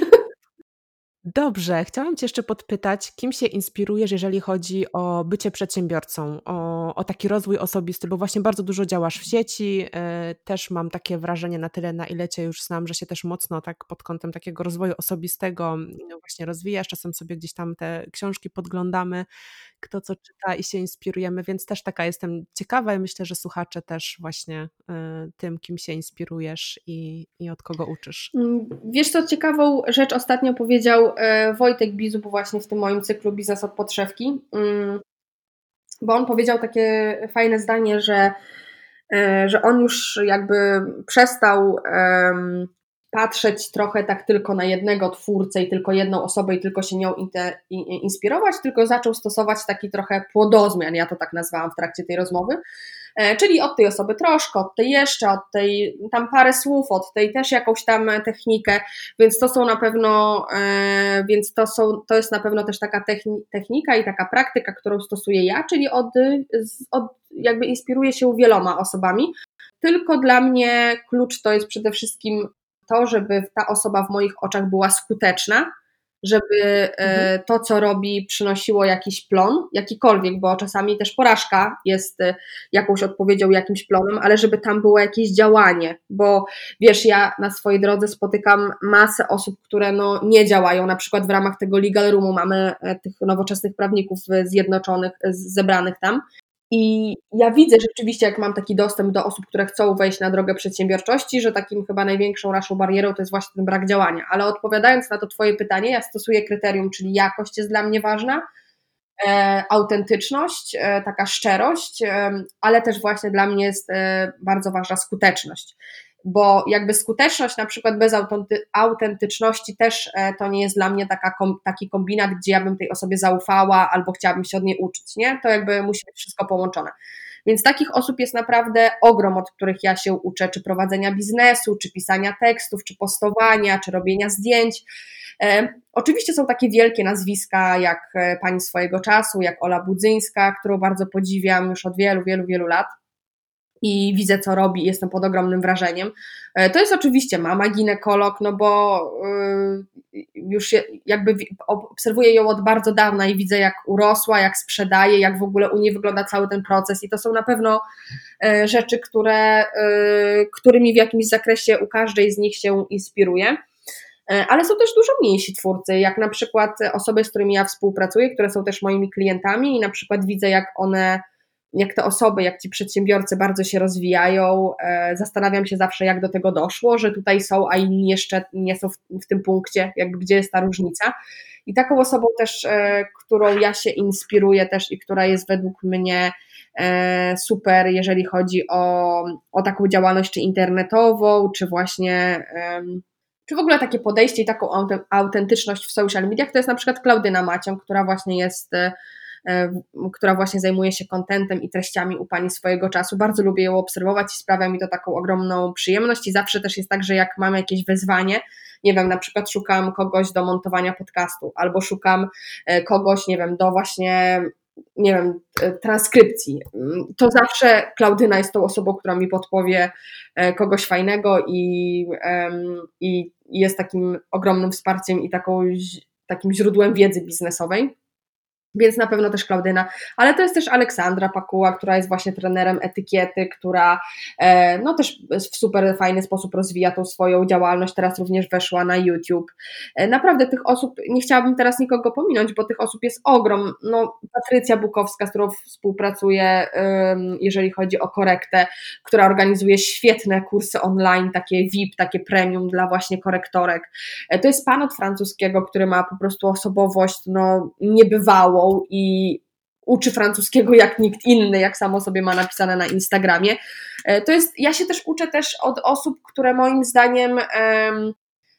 Dobrze, chciałam Cię jeszcze podpytać, kim się inspirujesz, jeżeli chodzi o bycie przedsiębiorcą, o, o taki rozwój osobisty, bo właśnie bardzo dużo działasz w sieci, yy, też mam takie wrażenie na tyle, na ile Cię już znam, że się też mocno tak pod kątem takiego rozwoju osobistego no właśnie rozwijasz, czasem sobie gdzieś tam te książki podglądamy, kto co czyta i się inspirujemy, więc też taka jestem ciekawa i myślę, że słuchacze też właśnie y, tym, kim się inspirujesz i, i od kogo uczysz. Wiesz co, ciekawą rzecz ostatnio powiedział Wojtek Bizub właśnie w tym moim cyklu Biznes od podszewki, bo on powiedział takie fajne zdanie, że, że on już jakby przestał patrzeć trochę tak tylko na jednego twórcę i tylko jedną osobę i tylko się nią inspirować, tylko zaczął stosować taki trochę płodozmian, ja to tak nazwałam w trakcie tej rozmowy, czyli od tej osoby troszkę, od tej jeszcze, od tej tam parę słów, od tej też jakąś tam technikę, więc to są na pewno, więc to są, to jest na pewno też taka technika i taka praktyka, którą stosuję ja, czyli od, od jakby inspiruję się wieloma osobami, tylko dla mnie klucz to jest przede wszystkim to, żeby ta osoba w moich oczach była skuteczna, żeby mhm. to, co robi, przynosiło jakiś plon, jakikolwiek, bo czasami też porażka jest jakąś odpowiedzią, jakimś plonem, ale żeby tam było jakieś działanie, bo wiesz, ja na swojej drodze spotykam masę osób, które no nie działają, na przykład w ramach tego Legal Roomu mamy tych nowoczesnych prawników zjednoczonych, zebranych tam. I ja widzę rzeczywiście, jak mam taki dostęp do osób, które chcą wejść na drogę przedsiębiorczości, że takim chyba największą naszą barierą to jest właśnie ten brak działania. Ale odpowiadając na to Twoje pytanie, ja stosuję kryterium, czyli jakość jest dla mnie ważna, e, autentyczność, e, taka szczerość, e, ale też właśnie dla mnie jest e, bardzo ważna skuteczność. Bo jakby skuteczność na przykład bez autentyczności też to nie jest dla mnie taka, taki kombinat, gdzie ja bym tej osobie zaufała albo chciałabym się od niej uczyć, nie? To jakby musi być wszystko połączone. Więc takich osób jest naprawdę ogrom, od których ja się uczę, czy prowadzenia biznesu, czy pisania tekstów, czy postowania, czy robienia zdjęć. E, oczywiście są takie wielkie nazwiska jak pani swojego czasu, jak Ola Budzyńska, którą bardzo podziwiam już od wielu, wielu, wielu lat. i widzę, co robi i jestem pod ogromnym wrażeniem. To jest oczywiście mama ginekolog, no bo już jakby obserwuję ją od bardzo dawna i widzę, jak urosła, jak sprzedaje, jak w ogóle u niej wygląda cały ten proces i to są na pewno rzeczy, które, którymi w jakimś zakresie u każdej z nich się inspiruję. Ale są też dużo mniejsi twórcy, jak na przykład osoby, z którymi ja współpracuję, które są też moimi klientami i na przykład widzę, jak one, jak te osoby, jak ci przedsiębiorcy bardzo się rozwijają. Zastanawiam się zawsze, jak do tego doszło, że tutaj są, a inni jeszcze nie są w, w tym punkcie, jakby gdzie jest ta różnica. I taką osobą też, którą ja się inspiruję też i która jest według mnie super, jeżeli chodzi o, o taką działalność czy internetową, czy właśnie czy w ogóle takie podejście i taką autentyczność w social mediach, to jest na przykład Klaudyna Macią, która właśnie jest, która właśnie zajmuje się contentem i treściami u Pani swojego czasu. Bardzo lubię ją obserwować i sprawia mi to taką ogromną przyjemność i zawsze też jest tak, że jak mam jakieś wyzwanie, nie wiem, na przykład szukam kogoś do montowania podcastu albo szukam kogoś, nie wiem, do właśnie nie wiem, transkrypcji, to zawsze Klaudyna jest tą osobą, która mi podpowie kogoś fajnego i, i jest takim ogromnym wsparciem i taką, takim źródłem wiedzy biznesowej. Więc na pewno też Klaudyna, ale to jest też Aleksandra Pakuła, która jest właśnie trenerem etykiety, która no też w super fajny sposób rozwija tą swoją działalność, teraz również weszła na YouTube. Naprawdę tych osób, nie chciałabym teraz nikogo pominąć, bo tych osób jest ogrom. No, Patrycja Bukowska, z którą współpracuję, jeżeli chodzi o korektę, która organizuje świetne kursy online, takie V I P, takie premium dla właśnie korektorek. To jest pan od francuskiego, który ma po prostu osobowość no, niebywałą i uczy francuskiego jak nikt inny, jak samo sobie ma napisane na Instagramie. To jest, ja się też uczę też od osób, które moim zdaniem, um,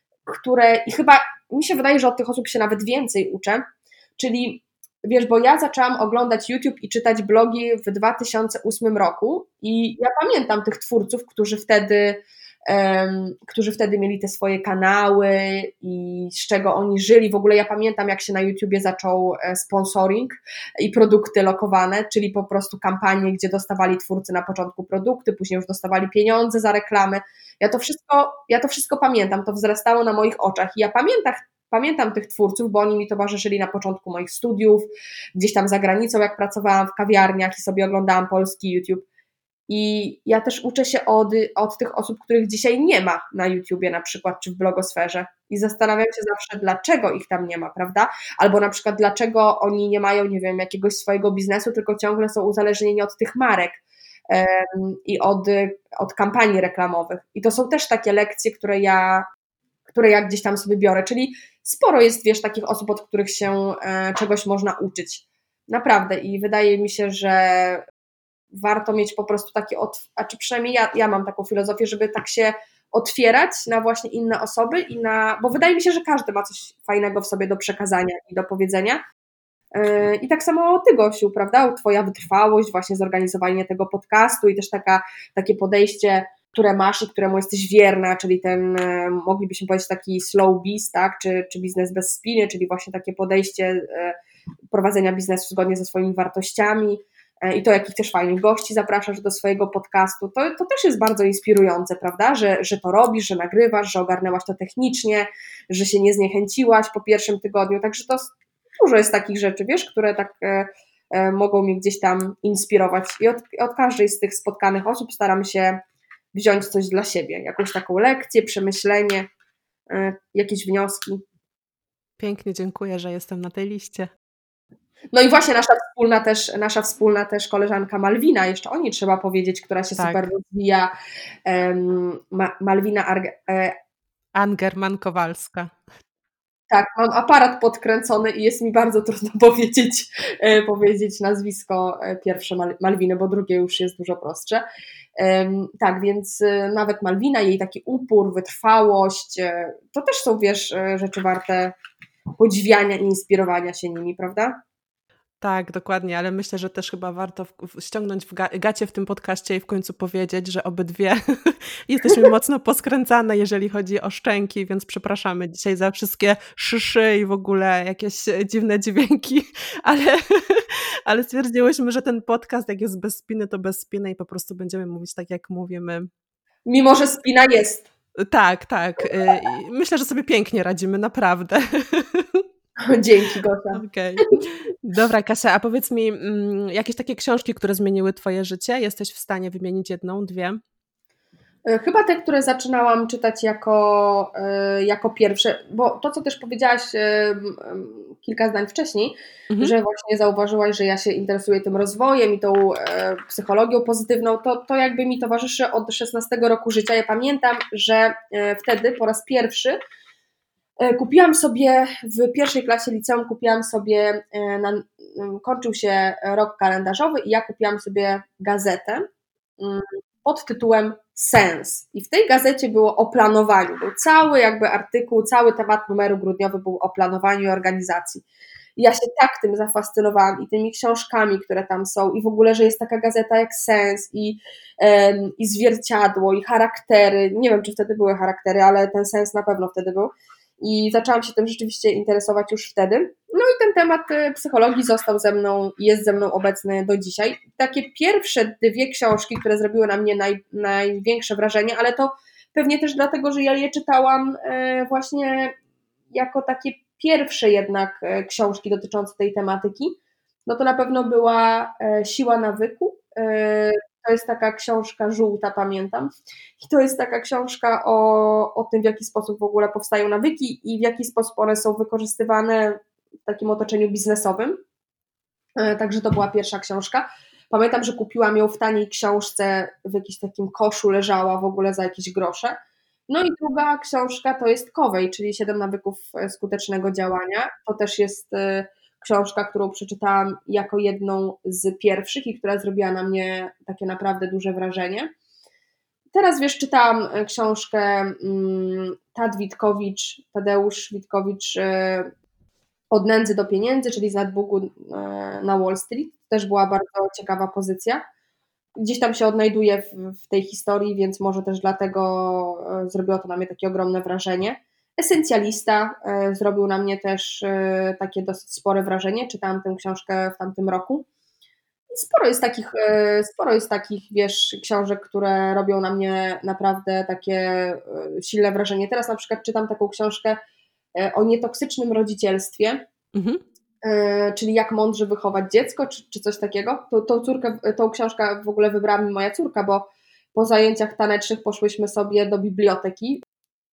które i chyba mi się wydaje, że od tych osób się nawet więcej uczę, czyli wiesz, bo ja zaczęłam oglądać YouTube i czytać blogi w dwa tysiące ósmym roku i ja pamiętam tych twórców, którzy wtedy Um, którzy wtedy mieli te swoje kanały i z czego oni żyli. W ogóle ja pamiętam, jak się na YouTubie zaczął sponsoring i produkty lokowane, czyli po prostu kampanie, gdzie dostawali twórcy na początku produkty, później już dostawali pieniądze za reklamy. Ja to wszystko, ja to wszystko pamiętam, to wzrastało na moich oczach i ja pamiętam, pamiętam tych twórców, bo oni mi towarzyszyli na początku moich studiów, gdzieś tam za granicą, jak pracowałam w kawiarniach i sobie oglądałam polski YouTube. I ja też uczę się od, od tych osób, których dzisiaj nie ma na YouTubie na przykład, czy w blogosferze i zastanawiam się zawsze, dlaczego ich tam nie ma, prawda? Albo na przykład, dlaczego oni nie mają, nie wiem, jakiegoś swojego biznesu, tylko ciągle są uzależnieni od tych marek um, i od, od kampanii reklamowych. I to są też takie lekcje, które ja, które ja gdzieś tam sobie biorę, czyli sporo jest, wiesz, takich osób, od których się e, czegoś można uczyć. Naprawdę i wydaje mi się, że warto mieć po prostu takie, a czy przynajmniej ja, ja mam taką filozofię, żeby tak się otwierać na właśnie inne osoby i na, bo wydaje mi się, że każdy ma coś fajnego w sobie do przekazania i do powiedzenia. Yy, I tak samo ty, Gosiu, prawda? Twoja wytrwałość, właśnie zorganizowanie tego podcastu i też taka, takie podejście, które masz i któremu jesteś wierna, czyli ten, yy, moglibyśmy powiedzieć taki slow biz, tak? Czy, czy biznes bez spiny, czyli właśnie takie podejście yy, prowadzenia biznesu zgodnie ze swoimi wartościami. I to, jakich też fajnych gości zapraszasz do swojego podcastu, to, to też jest bardzo inspirujące, prawda, że, że to robisz, że nagrywasz, że ogarnęłaś to technicznie, że się nie zniechęciłaś po pierwszym tygodniu, także to dużo jest takich rzeczy, wiesz, które tak e, e, mogą mnie gdzieś tam inspirować i od, od każdej z tych spotkanych osób staram się wziąć coś dla siebie, jakąś taką lekcję, przemyślenie, e, jakieś wnioski. Pięknie, dziękuję, że jestem na tej liście. No i właśnie nasza wspólna też, nasza wspólna też koleżanka Malwina, jeszcze o niej trzeba powiedzieć, która się tak. super rozwija. Um, Ma, Malwina Arge, e, Angerman-Kowalska. Tak, mam aparat podkręcony i jest mi bardzo trudno powiedzieć, e, powiedzieć nazwisko pierwsze Mal, Malwiny, bo drugie już jest dużo prostsze. Um, tak, więc e, nawet Malwina, jej taki upór, wytrwałość, e, to też są, wiesz, e, rzeczy warte podziwiania i inspirowania się nimi, prawda? Tak, dokładnie, ale myślę, że też chyba warto w, w, ściągnąć w ga- gacie w tym podcaście i w końcu powiedzieć, że obydwie jesteśmy mocno poskręcane, jeżeli chodzi o szczęki, więc przepraszamy dzisiaj za wszystkie szyszy i w ogóle jakieś dziwne dźwięki, ale, Ale stwierdziłyśmy, że ten podcast, jak jest bez spiny, to bez spiny i po prostu będziemy mówić tak, jak mówimy. Mimo że spina jest. Tak, tak. Myślę, że sobie pięknie radzimy, naprawdę. Dzięki, Gosia. Okej. Dobra, Kasia, a powiedz mi, jakieś takie książki, które zmieniły twoje życie? Jesteś w stanie wymienić jedną, dwie? Chyba te, które zaczynałam czytać jako, jako pierwsze, bo to, co też powiedziałaś kilka zdań wcześniej, mhm. że właśnie zauważyłaś, że ja się interesuję tym rozwojem i tą psychologią pozytywną, to, to jakby mi towarzyszy od szesnastego roku życia. Ja pamiętam, że wtedy po raz pierwszy kupiłam sobie, w pierwszej klasie liceum kupiłam sobie, na, kończył się rok kalendarzowy i ja kupiłam sobie gazetę pod tytułem Sens. I w tej gazecie było o planowaniu. Był cały jakby artykuł, cały temat numeru grudniowy był o planowaniu i organizacji. I ja się tak tym zafascynowałam i tymi książkami, które tam są i w ogóle, że jest taka gazeta jak Sens i, um, i Zwierciadło i charaktery. Nie wiem, czy wtedy były charaktery, ale ten Sens na pewno wtedy był. I zaczęłam się tym rzeczywiście interesować już wtedy. No i ten temat psychologii został ze mną i jest ze mną obecny do dzisiaj. Takie pierwsze dwie książki, które zrobiły na mnie naj, największe wrażenie, ale to pewnie też dlatego, że ja je czytałam właśnie jako takie pierwsze jednak książki dotyczące tej tematyki. No to na pewno była Siła nawyku. To jest taka książka żółta, pamiętam. I to jest taka książka o, o tym, w jaki sposób w ogóle powstają nawyki i w jaki sposób one są wykorzystywane w takim otoczeniu biznesowym. Także to była pierwsza książka. Pamiętam, że kupiłam ją w taniej książce, w jakimś takim koszu leżała w ogóle za jakieś grosze. No i druga książka to jest Covey, czyli Siedem nawyków skutecznego działania. To też jest książka, którą przeczytałam jako jedną z pierwszych i która zrobiła na mnie takie naprawdę duże wrażenie. Teraz wiesz, czytałam książkę Tad Witkowicz, Tadeusz Witkowicz Od nędzy do pieniędzy, czyli z nadbugu na Wall Street. Też była bardzo ciekawa pozycja. Gdzieś tam się odnajduję w, w tej historii, więc może też dlatego zrobiło to na mnie takie ogromne wrażenie. Esencjalista e, zrobił na mnie też e, takie dosyć spore wrażenie. Czytałam tę książkę w tamtym roku. I sporo jest takich, e, sporo jest takich, wiesz, książek, które robią na mnie naprawdę takie e, silne wrażenie. Teraz na przykład czytam taką książkę e, o nietoksycznym rodzicielstwie, mhm. e, czyli jak mądrze wychować dziecko, czy, czy coś takiego. Tą, tą, córkę, tą książkę w ogóle wybrała mi moja córka, bo po zajęciach tanecznych poszłyśmy sobie do biblioteki,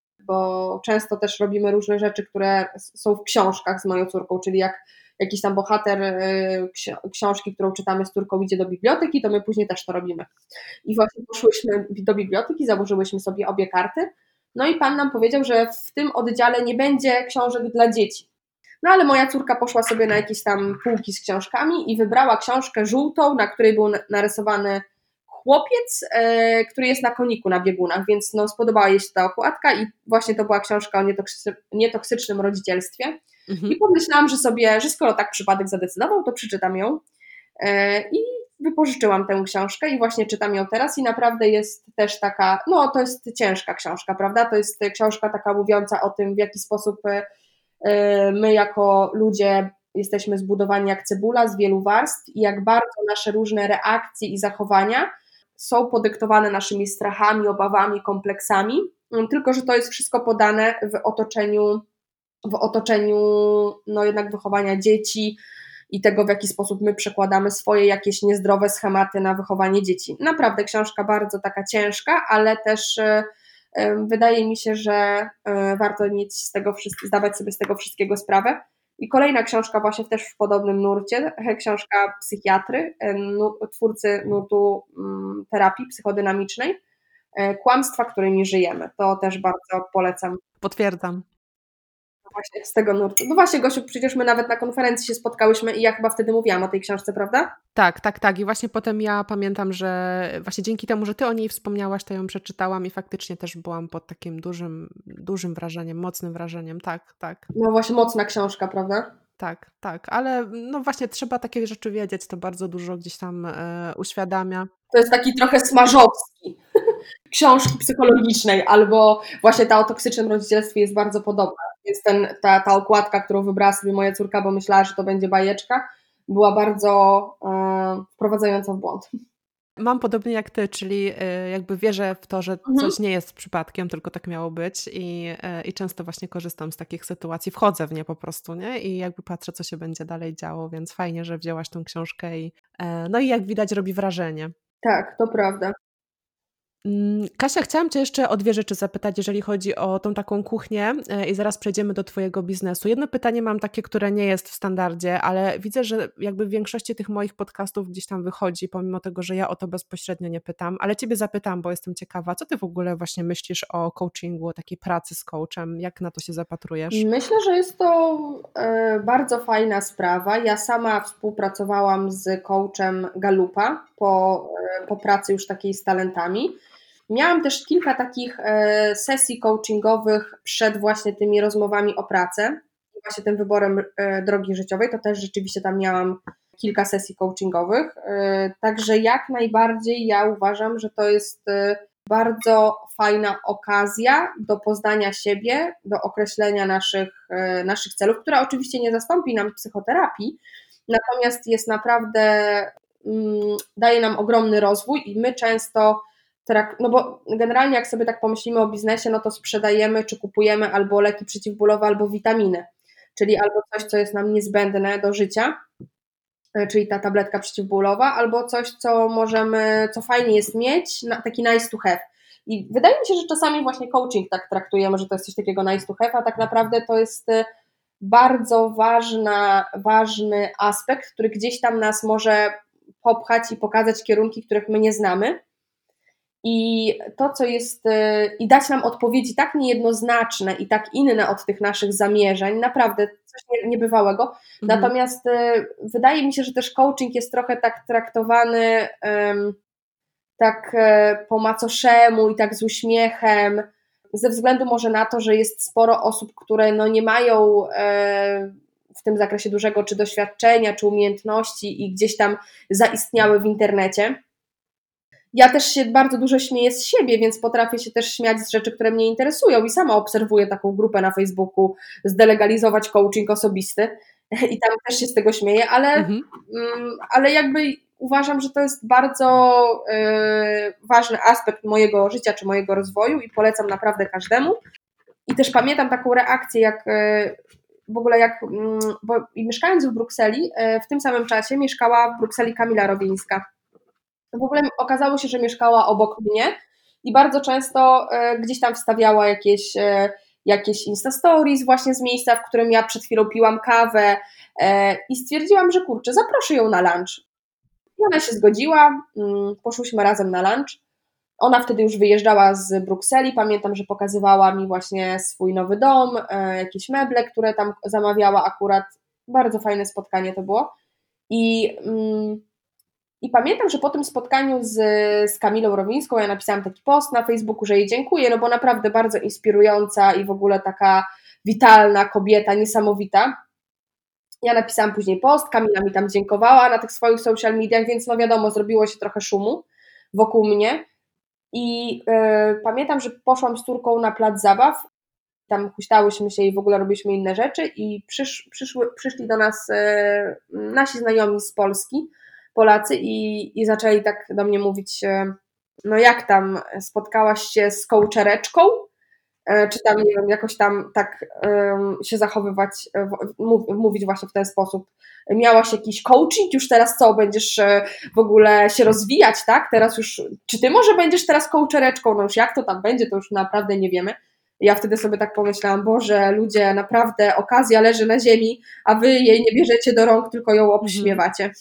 bo często też robimy różne rzeczy, które są w książkach z moją córką, czyli jak jakiś tam bohater książki, którą czytamy z córką, idzie do biblioteki, to my później też to robimy. I właśnie poszłyśmy do biblioteki, założyłyśmy sobie obie karty, no i pan nam powiedział, że w tym oddziale nie będzie książek dla dzieci. No ale moja córka poszła sobie na jakieś tam półki z książkami i wybrała książkę żółtą, na której był narysowany chłopiec, e, który jest na koniku na biegunach, więc no, spodobała jej się ta okładka i właśnie to była książka o nietoksycznym, nietoksycznym rodzicielstwie. Mhm. I pomyślałam, że sobie, że skoro tak przypadek zadecydował, to przeczytam ją e, i wypożyczyłam tę książkę i właśnie czytam ją teraz i naprawdę jest też taka, no to jest ciężka książka, prawda? To jest książka taka mówiąca o tym, w jaki sposób e, my jako ludzie jesteśmy zbudowani jak cebula z wielu warstw i jak bardzo nasze różne reakcje i zachowania są podyktowane naszymi strachami, obawami, kompleksami, tylko że to jest wszystko podane w otoczeniu, w otoczeniu no jednak wychowania dzieci i tego, w jaki sposób my przekładamy swoje jakieś niezdrowe schematy na wychowanie dzieci. Naprawdę książka bardzo taka ciężka, ale też wydaje mi się, że warto mieć z tego, zdawać sobie z tego wszystkiego sprawę. I kolejna książka właśnie też w podobnym nurcie, książka psychiatry, twórcy nurtu terapii psychodynamicznej, Kłamstwa, którymi żyjemy. To też bardzo polecam. Potwierdzam. Właśnie z tego nurtu. No właśnie, Gosiu, przecież my nawet na konferencji się spotkałyśmy i ja chyba wtedy mówiłam o tej książce, prawda? Tak, tak, tak. I właśnie potem ja pamiętam, że właśnie dzięki temu, że ty o niej wspomniałaś, to ją przeczytałam i faktycznie też byłam pod takim dużym, dużym wrażeniem, mocnym wrażeniem. Tak, tak. No właśnie mocna książka, prawda? Tak, tak, ale no właśnie trzeba takie rzeczy wiedzieć, to bardzo dużo gdzieś tam e, uświadamia. To jest taki trochę Smarzowski książki psychologicznej, albo właśnie ta o toksycznym rodzicielstwie jest bardzo podobna. Jest ten, ta, ta okładka, którą wybrała sobie moja córka, bo myślała, że to będzie bajeczka, była bardzo e, wprowadzająca w błąd. Mam podobnie jak ty, czyli jakby wierzę w to, że Mhm. coś nie jest przypadkiem, tylko tak miało być i, i często właśnie korzystam z takich sytuacji, wchodzę w nie po prostu, nie? I jakby patrzę, co się będzie dalej działo, więc fajnie, że wzięłaś tą książkę i no i jak widać robi wrażenie. Tak, to prawda. Kasia, chciałam Cię jeszcze o dwie rzeczy zapytać, jeżeli chodzi o tą taką kuchnię i zaraz przejdziemy do Twojego biznesu. Jedno pytanie mam takie, które nie jest w standardzie, ale widzę, że jakby w większości tych moich podcastów gdzieś tam wychodzi, pomimo tego, że ja o to bezpośrednio nie pytam, ale Ciebie zapytam, bo jestem ciekawa, co Ty w ogóle właśnie myślisz o coachingu, o takiej pracy z coachem, jak na to się zapatrujesz? Myślę, że jest to bardzo fajna sprawa. Ja sama współpracowałam z coachem Galupa po, po pracy już takiej z talentami. Miałam też kilka takich sesji coachingowych przed właśnie tymi rozmowami o pracę i właśnie tym wyborem drogi życiowej, to też rzeczywiście tam miałam kilka sesji coachingowych, także jak najbardziej ja uważam, że to jest bardzo fajna okazja do poznania siebie, do określenia naszych, naszych celów, która oczywiście nie zastąpi nam psychoterapii, natomiast jest naprawdę, daje nam ogromny rozwój i my często no bo generalnie jak sobie tak pomyślimy o biznesie, no to sprzedajemy czy kupujemy albo leki przeciwbólowe, albo witaminy, czyli albo coś, co jest nam niezbędne do życia, czyli ta tabletka przeciwbólowa, albo coś, co możemy, co fajnie jest mieć, taki nice to have. I wydaje mi się, że czasami właśnie coaching tak traktujemy, że to jest coś takiego nice to have, a tak naprawdę to jest bardzo ważna, ważny aspekt, który gdzieś tam nas może popchać i pokazać kierunki, których my nie znamy. I to, co jest, i dać nam odpowiedzi tak niejednoznaczne i tak inne od tych naszych zamierzeń, naprawdę coś niebywałego. Mhm. Natomiast wydaje mi się, że też coaching jest trochę tak traktowany um, tak po macoszemu i tak z uśmiechem, ze względu może na to, że jest sporo osób, które no nie mają e, w tym zakresie dużego czy doświadczenia, czy umiejętności i gdzieś tam zaistniały w internecie. Ja też się bardzo dużo śmieję z siebie, więc potrafię się też śmiać z rzeczy, które mnie interesują i sama obserwuję taką grupę na Facebooku Zdelegalizować coaching osobisty i tam też się z tego śmieję, ale, mhm. ale jakby uważam, że to jest bardzo yy, ważny aspekt mojego życia czy mojego rozwoju i polecam naprawdę każdemu. I też pamiętam taką reakcję, jak yy, w ogóle jak, yy, bo mieszkając w Brukseli, yy, w tym samym czasie mieszkała w Brukseli Kamila Rowińska. W ogóle okazało się, że mieszkała obok mnie i bardzo często e, gdzieś tam wstawiała jakieś, e, jakieś Insta Stories właśnie z miejsca, w którym ja przed chwilą piłam kawę e, i stwierdziłam, że kurczę, zaproszę ją na lunch. I ona się zgodziła, mm, poszłyśmy razem na lunch. Ona wtedy już wyjeżdżała z Brukseli, pamiętam, że pokazywała mi właśnie swój nowy dom, e, jakieś meble, które tam zamawiała akurat. Bardzo fajne spotkanie to było. I... Mm, I pamiętam, że po tym spotkaniu z, z Kamilą Rowińską ja napisałam taki post na Facebooku, że jej dziękuję, no bo naprawdę bardzo inspirująca i w ogóle taka witalna kobieta, niesamowita. Ja napisałam później post, Kamila mi tam dziękowała na tych swoich social mediach, więc no wiadomo, zrobiło się trochę szumu wokół mnie i yy, pamiętam, że poszłam z córką na plac zabaw, tam huśtałyśmy się i w ogóle robiliśmy inne rzeczy i przysz, przyszły, przyszli do nas yy, nasi znajomi z Polski, Polacy i, i zaczęli tak do mnie mówić, no jak tam, spotkałaś się z coachereczką, czy tam, nie wiem, jakoś tam tak um, się zachowywać, mów, mówić właśnie w ten sposób. Miałaś jakiś coaching, już teraz co, będziesz w ogóle się rozwijać, tak? Teraz już, czy ty może będziesz teraz coachereczką? No już jak to tam będzie, to już naprawdę nie wiemy. Ja wtedy sobie tak pomyślałam, Boże, ludzie, naprawdę okazja leży na ziemi, a wy jej nie bierzecie do rąk, tylko ją obśmiewacie. Mhm.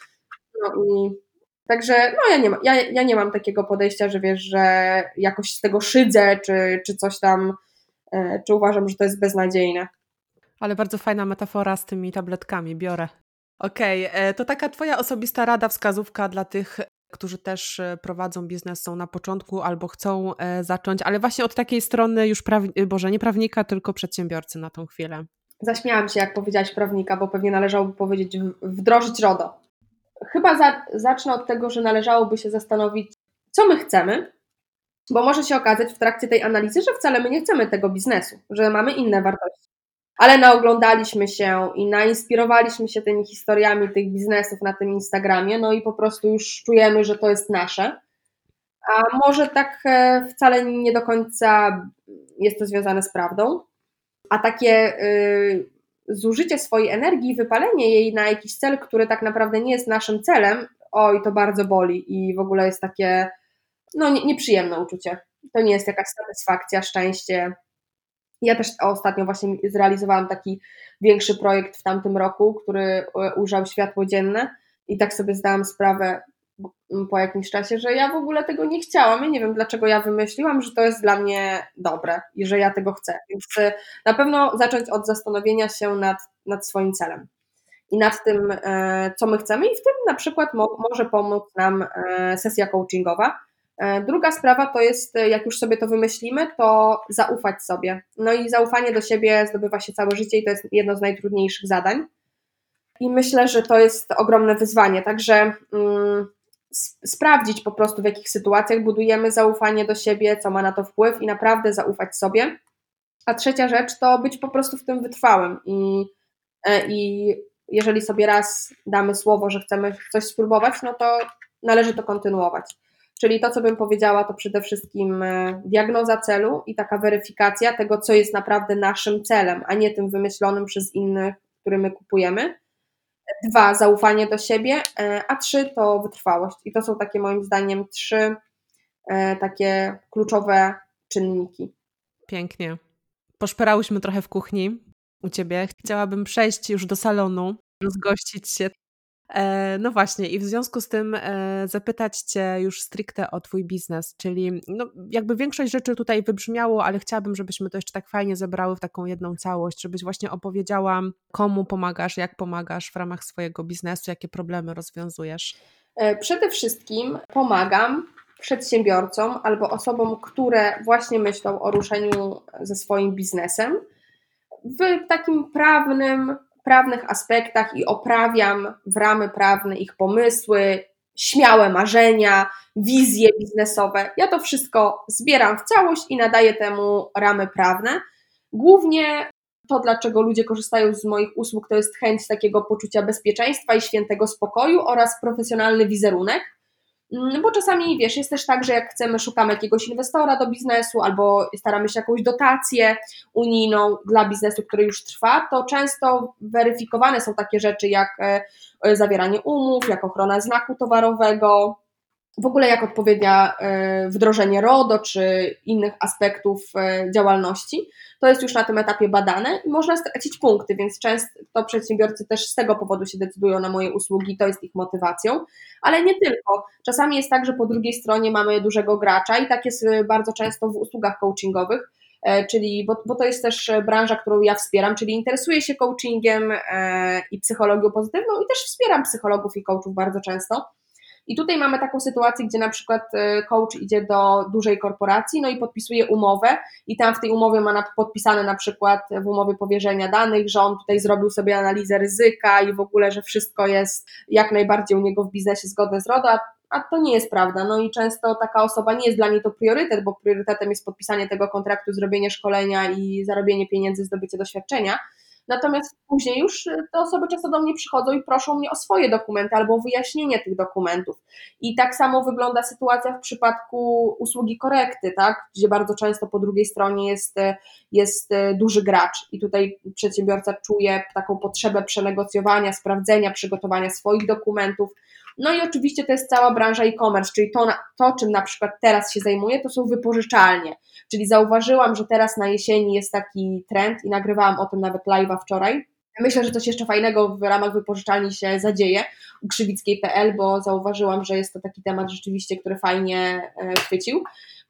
No i także no ja nie, ma, ja, ja nie mam takiego podejścia, że wiesz, że jakoś z tego szydzę, czy, czy coś tam, czy uważam, że to jest beznadziejne. Ale bardzo fajna metafora z tymi tabletkami, biorę. Okej, okay, to taka twoja osobista rada, wskazówka dla tych, którzy też prowadzą biznes, są na początku albo chcą zacząć, ale właśnie od takiej strony już, praw- Boże, nie prawnika, tylko przedsiębiorcy na tą chwilę. Zaśmiałam się, jak powiedziałaś prawnika, bo pewnie należałoby powiedzieć wdrożyć RODO. Chyba za, zacznę od tego, że należałoby się zastanowić, co my chcemy, bo może się okazać w trakcie tej analizy, że wcale my nie chcemy tego biznesu, że mamy inne wartości. ale naoglądaliśmy się i nainspirowaliśmy się tymi historiami tych biznesów na tym Instagramie, no i po prostu już czujemy, że to jest nasze. A może tak wcale nie do końca jest to związane z prawdą, a takie y, zużycie swojej energii, wypalenie jej na jakiś cel, który tak naprawdę nie jest naszym celem, oj, to bardzo boli i w ogóle jest takie no nie, nieprzyjemne uczucie. To nie jest jakaś satysfakcja, szczęście. Ja też ostatnio właśnie zrealizowałam taki większy projekt w tamtym roku, który ujrzał światło dzienne i tak sobie zdałam sprawę po jakimś czasie, że ja w ogóle tego nie chciałam i nie wiem, dlaczego ja wymyśliłam, że to jest dla mnie dobre i że ja tego chcę. Więc na pewno zacząć od zastanowienia się nad, nad swoim celem i nad tym, co my chcemy i w tym na przykład mo- może pomóc nam sesja coachingowa. Druga sprawa to jest, jak już sobie to wymyślimy, to zaufać sobie. No i zaufanie do siebie zdobywa się całe życie i to jest jedno z najtrudniejszych zadań. I myślę, że to jest ogromne wyzwanie, także mm, sprawdzić po prostu, w jakich sytuacjach budujemy zaufanie do siebie, co ma na to wpływ i naprawdę zaufać sobie. A trzecia rzecz to być po prostu w tym wytrwałym i, i jeżeli sobie raz damy słowo, że chcemy coś spróbować, no to należy to kontynuować. Czyli to, co bym powiedziała, to przede wszystkim diagnoza celu i taka weryfikacja tego, co jest naprawdę naszym celem, a nie tym wymyślonym przez innych, który my kupujemy. Dwa, zaufanie do siebie, a trzy to wytrwałość. I to są takie moim zdaniem trzy takie kluczowe czynniki. Pięknie. Poszperałyśmy trochę w kuchni u Ciebie. Chciałabym przejść już do salonu, rozgościć się. E, no właśnie i w związku z tym e, zapytać Cię już stricte o Twój biznes, czyli no, jakby większość rzeczy tutaj wybrzmiało, ale chciałabym, żebyśmy to jeszcze tak fajnie zebrały w taką jedną całość, żebyś właśnie opowiedziała, komu pomagasz, jak pomagasz w ramach swojego biznesu, jakie problemy rozwiązujesz. E, przede wszystkim pomagam przedsiębiorcom albo osobom, które właśnie myślą o ruszeniu ze swoim biznesem w takim prawnym, prawnych aspektach i oprawiam w ramy prawne ich pomysły, śmiałe marzenia, wizje biznesowe. Ja to wszystko zbieram w całość i nadaję temu ramy prawne. Głównie to, dlaczego ludzie korzystają z moich usług, to jest chęć takiego poczucia bezpieczeństwa i świętego spokoju oraz profesjonalny wizerunek. Bo czasami, wiesz, jest też tak, że jak chcemy, szukamy jakiegoś inwestora do biznesu albo staramy się jakąś dotację unijną dla biznesu, który już trwa, to często weryfikowane są takie rzeczy jak zawieranie umów, jak ochrona znaku towarowego, w ogóle jak odpowiednia wdrożenie RODO czy innych aspektów działalności. To jest już na tym etapie badane i można stracić punkty, więc często przedsiębiorcy też z tego powodu się decydują na moje usługi, to jest ich motywacją, ale nie tylko. Czasami jest tak, że po drugiej stronie mamy dużego gracza i tak jest bardzo często w usługach coachingowych, czyli, bo, bo to jest też branża, którą ja wspieram, czyli interesuję się coachingiem i psychologią pozytywną i też wspieram psychologów i coachów bardzo często. I tutaj mamy taką sytuację, gdzie na przykład coach idzie do dużej korporacji, no i podpisuje umowę i tam w tej umowie ma podpisane na przykład w umowie powierzenia danych, że on tutaj zrobił sobie analizę ryzyka i w ogóle, że wszystko jest jak najbardziej u niego w biznesie zgodne z RODO, a, a to nie jest prawda. No i często taka osoba nie jest dla niej to priorytet, bo priorytetem jest podpisanie tego kontraktu, zrobienie szkolenia i zarobienie pieniędzy, zdobycie doświadczenia. Natomiast później już te osoby często do mnie przychodzą i proszą mnie o swoje dokumenty albo o wyjaśnienie tych dokumentów. I tak samo wygląda sytuacja w przypadku usługi korekty, tak? Gdzie bardzo często po drugiej stronie jest, jest duży gracz i tutaj przedsiębiorca czuje taką potrzebę przenegocjowania, sprawdzenia, przygotowania swoich dokumentów. No i oczywiście to jest cała branża e-commerce, czyli to, to, czym na przykład teraz się zajmuję, to są wypożyczalnie. Czyli zauważyłam, że teraz na jesieni jest taki trend i nagrywałam o tym nawet live'a wczoraj. Myślę, że coś jeszcze fajnego w ramach wypożyczalni się zadzieje u krzywickiej kropka p l, bo zauważyłam, że jest to taki temat rzeczywiście, który fajnie chwycił.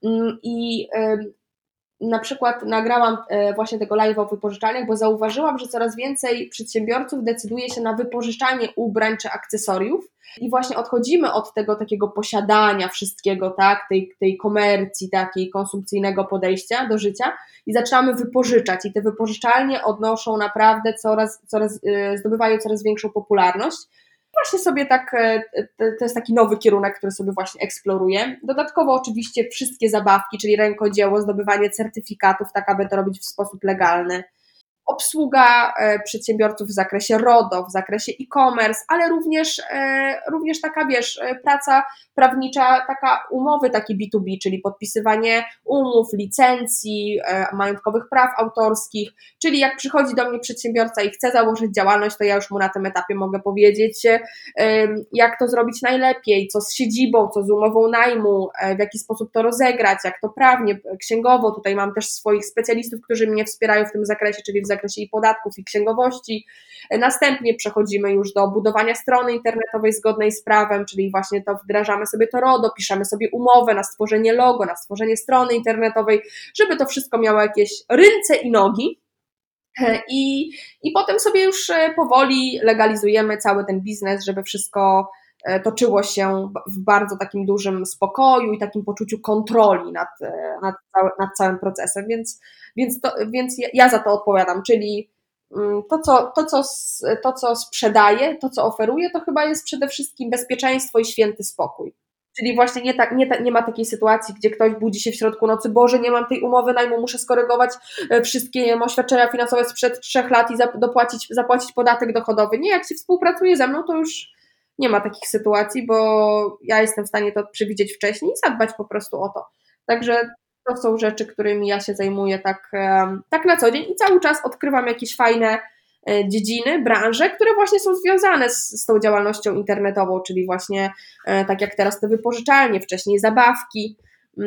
I na przykład nagrałam właśnie tego live'a o wypożyczalniach, bo zauważyłam, że coraz więcej przedsiębiorców decyduje się na wypożyczanie ubrań czy akcesoriów i właśnie odchodzimy od tego takiego posiadania wszystkiego, tak, tej, tej komercji, takiej konsumpcyjnego podejścia do życia i zaczynamy wypożyczać i te wypożyczalnie odnoszą naprawdę coraz, coraz zdobywają coraz większą popularność. Właśnie sobie tak, to jest taki nowy kierunek, który sobie właśnie eksploruję. Dodatkowo oczywiście wszystkie zabawki, czyli rękodzieło, zdobywanie certyfikatów, tak aby to robić w sposób legalny. obsługa przedsiębiorców w zakresie RODO, w zakresie e-commerce, ale również, również taka, wiesz, praca prawnicza, taka umowy, taki B dwa B, czyli podpisywanie umów, licencji, majątkowych praw autorskich, czyli jak przychodzi do mnie przedsiębiorca i chce założyć działalność, to ja już mu na tym etapie mogę powiedzieć, jak to zrobić najlepiej, co z siedzibą, co z umową najmu, w jaki sposób to rozegrać, jak to prawnie, księgowo. Tutaj mam też swoich specjalistów, którzy mnie wspierają w tym zakresie, czyli w zakresie i podatków, i księgowości. Następnie przechodzimy już do budowania strony internetowej zgodnej z prawem, czyli właśnie to wdrażamy sobie to RODO, piszemy sobie umowę na stworzenie logo, na stworzenie strony internetowej, żeby to wszystko miało jakieś ręce i nogi. I, i potem sobie już powoli legalizujemy cały ten biznes, żeby wszystko toczyło się w bardzo takim dużym spokoju i takim poczuciu kontroli nad, nad, cały, nad całym procesem, więc, więc, to, więc ja za to odpowiadam, czyli to co, to, co, to, co sprzedaję, to, co oferuję, to chyba jest przede wszystkim bezpieczeństwo i święty spokój. Czyli właśnie nie, tak, nie, nie ma takiej sytuacji, gdzie ktoś budzi się w środku nocy, Boże, nie mam tej umowy najmu, muszę skorygować wszystkie oświadczenia finansowe sprzed trzech lat i dopłacić, zapłacić podatek dochodowy. Nie, jak się współpracuje ze mną, to już nie ma takich sytuacji, bo ja jestem w stanie to przewidzieć wcześniej i zadbać po prostu o to. Także to są rzeczy, którymi ja się zajmuję tak, tak na co dzień i cały czas odkrywam jakieś fajne dziedziny, branże, które właśnie są związane z, z tą działalnością internetową, czyli właśnie tak jak teraz te wypożyczalnie, wcześniej zabawki.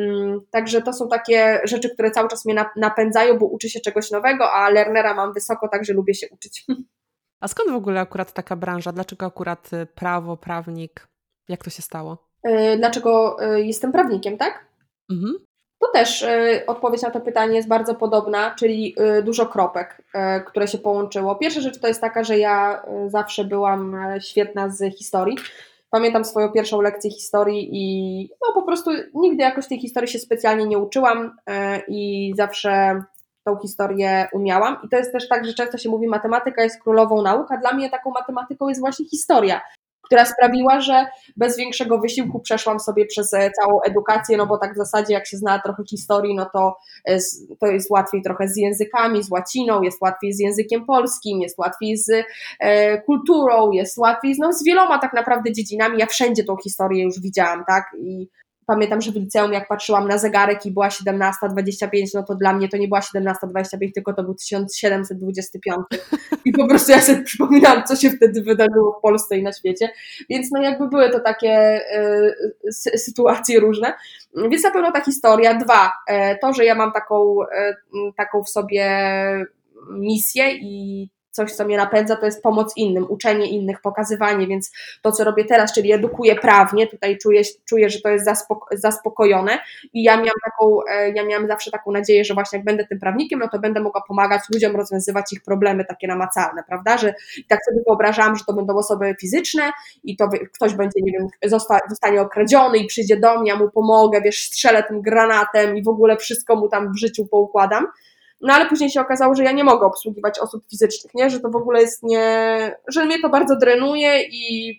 Także to są takie rzeczy, które cały czas mnie napędzają, bo uczę się czegoś nowego, a learnera mam wysoko, także lubię się uczyć. A skąd w ogóle akurat taka branża? Dlaczego akurat prawo, prawnik? Jak to się stało? Dlaczego jestem prawnikiem, tak? Mhm. To też y, odpowiedź na to pytanie jest bardzo podobna, czyli y, dużo kropek, y, które się połączyło. Pierwsza rzecz to jest taka, że ja y, zawsze byłam świetna z historii. Pamiętam swoją pierwszą lekcję historii i no po prostu nigdy jakoś tej historii się specjalnie nie uczyłam y, i zawsze tą historię umiałam. I to jest też tak, że często się mówi, matematyka jest królową nauk, a dla mnie taką matematyką jest właśnie historia, która sprawiła, że bez większego wysiłku przeszłam sobie przez całą edukację, no bo tak w zasadzie jak się zna trochę historii, no to, to jest łatwiej trochę z językami, z łaciną, jest łatwiej z językiem polskim, jest łatwiej z e, kulturą, jest łatwiej z, no, z wieloma tak naprawdę dziedzinami. Ja wszędzie tą historię już widziałam, tak? I pamiętam, że w liceum jak patrzyłam na zegarek i była siedemnasta dwadzieścia pięć, no to dla mnie to nie była siedemnasta dwadzieścia pięć, tylko to był tysiąc siedemset dwudziesty piąty. I po prostu ja sobie przypominam, co się wtedy wydarzyło w Polsce i na świecie. Więc no jakby były to takie y, sytuacje różne. Więc na pewno ta historia. Dwa, y, to, że ja mam taką, y, taką w sobie misję i coś, co mnie napędza, to jest pomoc innym, uczenie innych, pokazywanie, więc to, co robię teraz, czyli edukuję prawnie, tutaj czuję, czuję że to jest zaspoko- zaspokojone i ja miałam taką, ja miałam zawsze taką nadzieję, że właśnie jak będę tym prawnikiem, no to będę mogła pomagać ludziom rozwiązywać ich problemy takie namacalne, prawda, że tak sobie wyobrażałam, że to będą osoby fizyczne i to ktoś będzie, nie wiem, zosta- zostanie okradziony i przyjdzie do mnie, ja mu pomogę, wiesz, strzelę tym granatem i w ogóle wszystko mu tam w życiu poukładam. No ale później się okazało, że ja nie mogę obsługiwać osób fizycznych, nie? Że to w ogóle jest nie... że mnie to bardzo drenuje i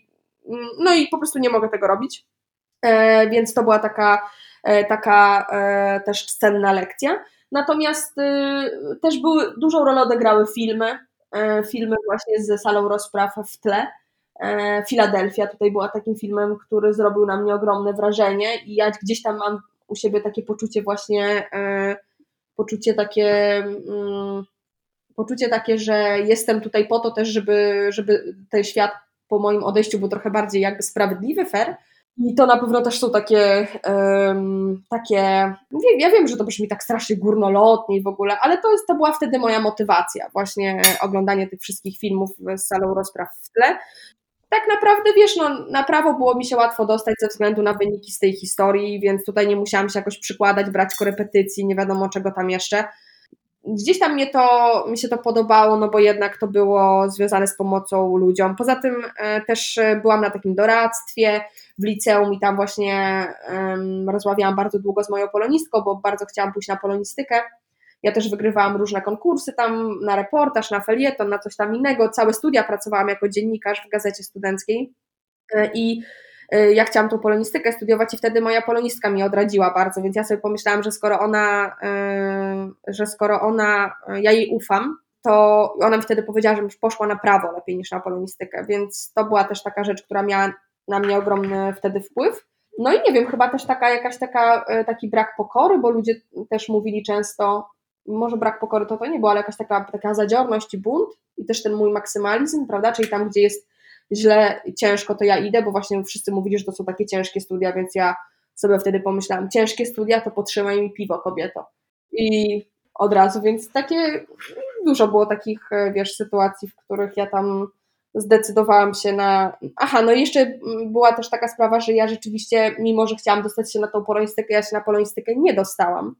no i po prostu nie mogę tego robić. E, więc to była taka, e, taka e, też cenna lekcja. Natomiast e, też były, dużą rolę odegrały filmy, e, filmy właśnie z salą rozpraw w tle. E, Filadelfia tutaj była takim filmem, który zrobił na mnie ogromne wrażenie i ja gdzieś tam mam u siebie takie poczucie właśnie... E, poczucie takie, um, poczucie takie, że jestem tutaj po to też, żeby, żeby ten świat po moim odejściu był trochę bardziej jakby sprawiedliwy, fair. I to na pewno też są takie, um, takie, ja wiem, że to brzmi tak strasznie górnolotnie i w ogóle, ale to, jest, to była wtedy moja motywacja, właśnie oglądanie tych wszystkich filmów z salą rozpraw w tle. Tak naprawdę, wiesz, no, na prawo było mi się łatwo dostać ze względu na wyniki z tej historii, więc tutaj nie musiałam się jakoś przykładać, brać korepetycji, nie wiadomo czego tam jeszcze. Gdzieś tam mnie to, mi się to podobało, no bo jednak to było związane z pomocą ludziom. Poza tym e, też byłam na takim doradztwie w liceum i tam właśnie e, rozmawiałam bardzo długo z moją polonistką, bo bardzo chciałam pójść na polonistykę. Ja też wygrywałam różne konkursy tam na reportaż, na felieton, na coś tam innego. Całe studia pracowałam jako dziennikarz w gazecie studenckiej i ja chciałam tą polonistykę studiować i wtedy moja polonistka mi odradziła bardzo, więc ja sobie pomyślałam, że skoro ona, że skoro ona, ja jej ufam to ona mi wtedy powiedziała, że już poszła na prawo lepiej niż na polonistykę, więc to była też taka rzecz, która miała na mnie ogromny wtedy wpływ. No i nie wiem, chyba też taka jakaś taka, taki brak pokory, bo ludzie też mówili często, może brak pokory to to nie było, ale jakaś taka, taka zadziorność i bunt i też ten mój maksymalizm, prawda, czyli tam, gdzie jest źle, ciężko, to ja idę, bo właśnie wszyscy mówili, że to są takie ciężkie studia, więc ja sobie wtedy pomyślałam, ciężkie studia, to potrzymaj mi piwo, kobieto. I od razu, więc takie, dużo było takich, wiesz, sytuacji, w których ja tam zdecydowałam się na... Aha, no i jeszcze była też taka sprawa, że ja rzeczywiście, mimo że chciałam dostać się na tą polonistykę, ja się na polonistykę nie dostałam,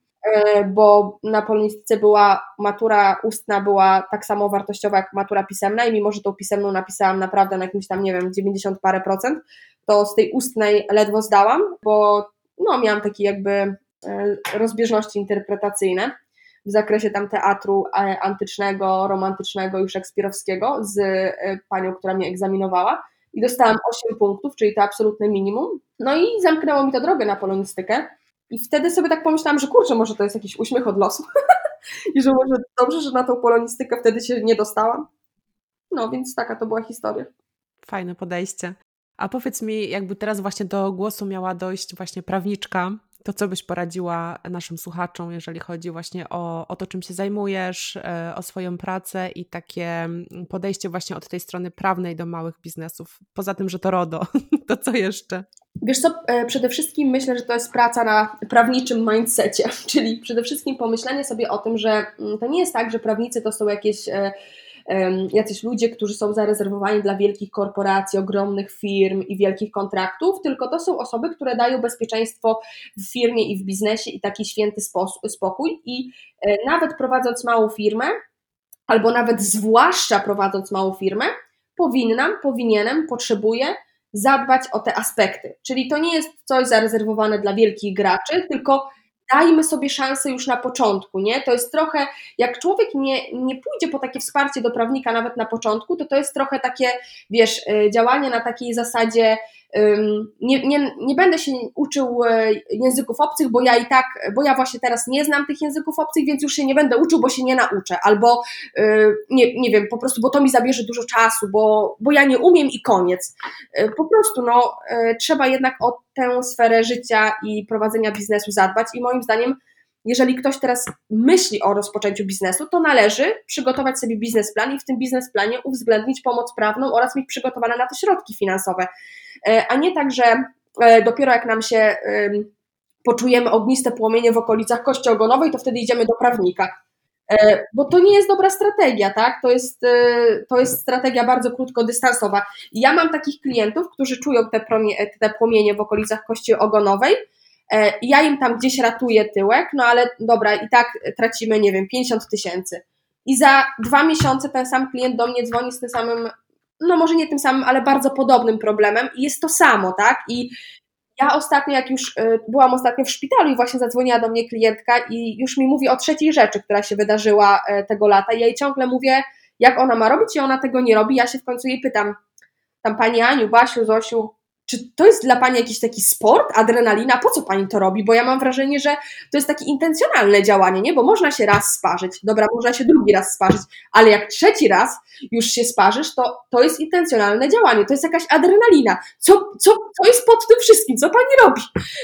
bo na polonistyce była matura ustna, była tak samo wartościowa jak matura pisemna i mimo że tą pisemną napisałam naprawdę na jakimś tam, nie wiem, dziewięćdziesiąt parę procent, to z tej ustnej ledwo zdałam, bo no, miałam takie jakby rozbieżności interpretacyjne w zakresie tam teatru antycznego, romantycznego i szekspirowskiego z panią, która mnie egzaminowała i dostałam osiem punktów, czyli to absolutne minimum. No i zamknęło mi to drogę na polonistykę i wtedy sobie tak pomyślałam, że kurczę, może to jest jakiś uśmiech od losu i że może dobrze, że na tą polonistykę wtedy się nie dostałam. No więc taka to była historia. Fajne podejście. A powiedz mi, jakby teraz właśnie do głosu miała dojść właśnie prawniczka, to co byś poradziła naszym słuchaczom, jeżeli chodzi właśnie o, o to, czym się zajmujesz, o swoją pracę i takie podejście właśnie od tej strony prawnej do małych biznesów? Poza tym, że to RODO, to co jeszcze? Wiesz co, przede wszystkim myślę, że to jest praca na prawniczym mindsetie, czyli przede wszystkim pomyślenie sobie o tym, że to nie jest tak, że prawnicy to są jakieś... jacyś ludzie, którzy są zarezerwowani dla wielkich korporacji, ogromnych firm i wielkich kontraktów, tylko to są osoby, które dają bezpieczeństwo w firmie i w biznesie i taki święty spokój i nawet prowadząc małą firmę, albo nawet zwłaszcza prowadząc małą firmę, powinnam, powinienem, potrzebuję zadbać o te aspekty. Czyli to nie jest coś zarezerwowane dla wielkich graczy, tylko dajmy sobie szansę już na początku, nie? To jest trochę, jak człowiek nie, nie pójdzie po takie wsparcie do prawnika nawet na początku, to to jest trochę takie, wiesz, działanie na takiej zasadzie, nie, nie, nie będę się uczył języków obcych, bo ja i tak, bo ja właśnie teraz nie znam tych języków obcych, więc już się nie będę uczył, bo się nie nauczę, albo nie, nie wiem, po prostu, bo to mi zabierze dużo czasu, bo, bo ja nie umiem i koniec. Po prostu, no, trzeba jednak o tę sferę życia i prowadzenia biznesu zadbać i moim zdaniem, jeżeli ktoś teraz myśli o rozpoczęciu biznesu, to należy przygotować sobie biznesplan i w tym biznesplanie uwzględnić pomoc prawną oraz mieć przygotowane na to środki finansowe, a nie tak, że dopiero jak nam się poczujemy ogniste płomienie w okolicach kości ogonowej, to wtedy idziemy do prawnika. Bo to nie jest dobra strategia, tak? To jest, to jest strategia bardzo krótkodystansowa. I ja mam takich klientów, którzy czują te, promie, te płomienie w okolicach kości ogonowej i ja im tam gdzieś ratuję tyłek, no ale dobra, i tak tracimy, nie wiem, pięćdziesiąt tysięcy. I za dwa miesiące ten sam klient do mnie dzwoni z tym samym, no może nie tym samym, ale bardzo podobnym problemem i jest to samo, tak? I ja ostatnio, jak już byłam ostatnio w szpitalu i właśnie zadzwoniła do mnie klientka i już mi mówi o trzeciej rzeczy, która się wydarzyła tego lata i ja jej ciągle mówię, jak ona ma robić i ona tego nie robi. Ja się w końcu jej pytam, tam pani Aniu, Basiu, Zosiu, czy to jest dla pani jakiś taki sport, adrenalina, po co pani to robi? Bo ja mam wrażenie, że to jest takie intencjonalne działanie, nie? Bo można się raz sparzyć, dobra, można się drugi raz sparzyć, ale jak trzeci raz już się sparzysz, to to jest intencjonalne działanie, to jest jakaś adrenalina. Co, co, co jest pod tym wszystkim? Co pani robi?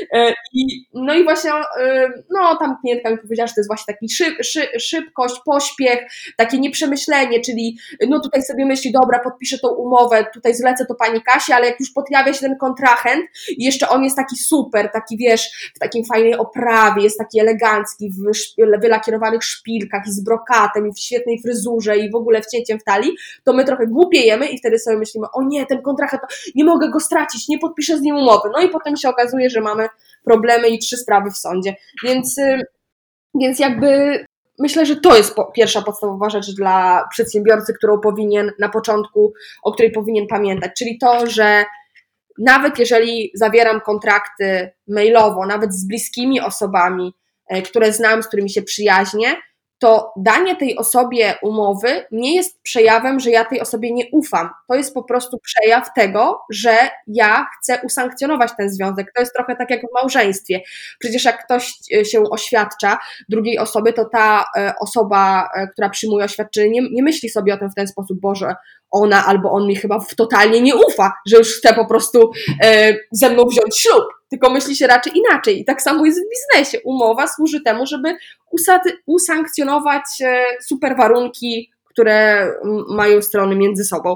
I, no i właśnie, no tam klientka mi powiedziała, że to jest właśnie taki szyb, szyb, szybkość, pośpiech, takie nieprzemyślenie, czyli no tutaj sobie myśli, dobra, podpiszę tą umowę, tutaj zlecę to pani Kasi, ale jak już pojawia się ten kontrahent i jeszcze on jest taki super, taki wiesz, w takiej fajnej oprawie, jest taki elegancki, w wylakierowanych szpilkach i z brokatem i w świetnej fryzurze i w ogóle wcięciem w talii, to my trochę głupiejemy i wtedy sobie myślimy, o nie, ten kontrahent, nie mogę go stracić, nie podpiszę z nim umowy. No i potem się okazuje, że mamy problemy i trzy sprawy w sądzie. Więc, więc jakby myślę, że to jest pierwsza podstawowa rzecz dla przedsiębiorcy, którą powinien na początku, o której powinien pamiętać, czyli to, że nawet jeżeli zawieram kontrakty mailowo, nawet z bliskimi osobami, które znam, z którymi się przyjaźnię, to danie tej osobie umowy nie jest przejawem, że ja tej osobie nie ufam. To jest po prostu przejaw tego, że ja chcę usankcjonować ten związek. To jest trochę tak jak w małżeństwie. Przecież jak ktoś się oświadcza drugiej osoby, to ta osoba, która przyjmuje oświadczenie, nie, nie myśli sobie o tym w ten sposób, Boże, ona albo on mi chyba totalnie nie ufa, że już chce po prostu e, ze mną wziąć ślub, tylko myśli się raczej inaczej. I tak samo jest w biznesie. Umowa służy temu, żeby usaty, usankcjonować e, super warunki, które mają strony między sobą.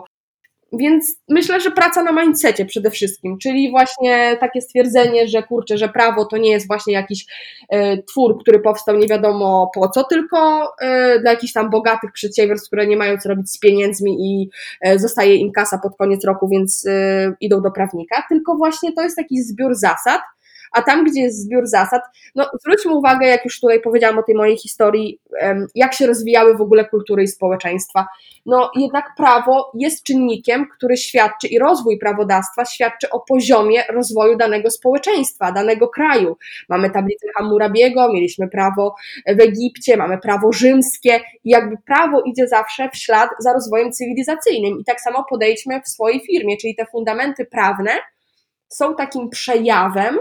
Więc myślę, że praca na mindsetie przede wszystkim, czyli właśnie takie stwierdzenie, że kurczę, że prawo to nie jest właśnie jakiś e, twór, który powstał nie wiadomo po co, tylko e, dla jakichś tam bogatych przedsiębiorstw, które nie mają co robić z pieniędzmi i e, zostaje im kasa pod koniec roku, więc e, idą do prawnika, tylko właśnie to jest taki zbiór zasad, a tam, gdzie jest zbiór zasad, no zwróćmy uwagę, jak już tutaj powiedziałam o tej mojej historii, jak się rozwijały w ogóle kultury i społeczeństwa. No jednak prawo jest czynnikiem, który świadczy i rozwój prawodawstwa świadczy o poziomie rozwoju danego społeczeństwa, danego kraju. Mamy tablicę Hammurabiego, mieliśmy prawo w Egipcie, mamy prawo rzymskie i jakby prawo idzie zawsze w ślad za rozwojem cywilizacyjnym i tak samo podejdźmy w swojej firmie, czyli te fundamenty prawne są takim przejawem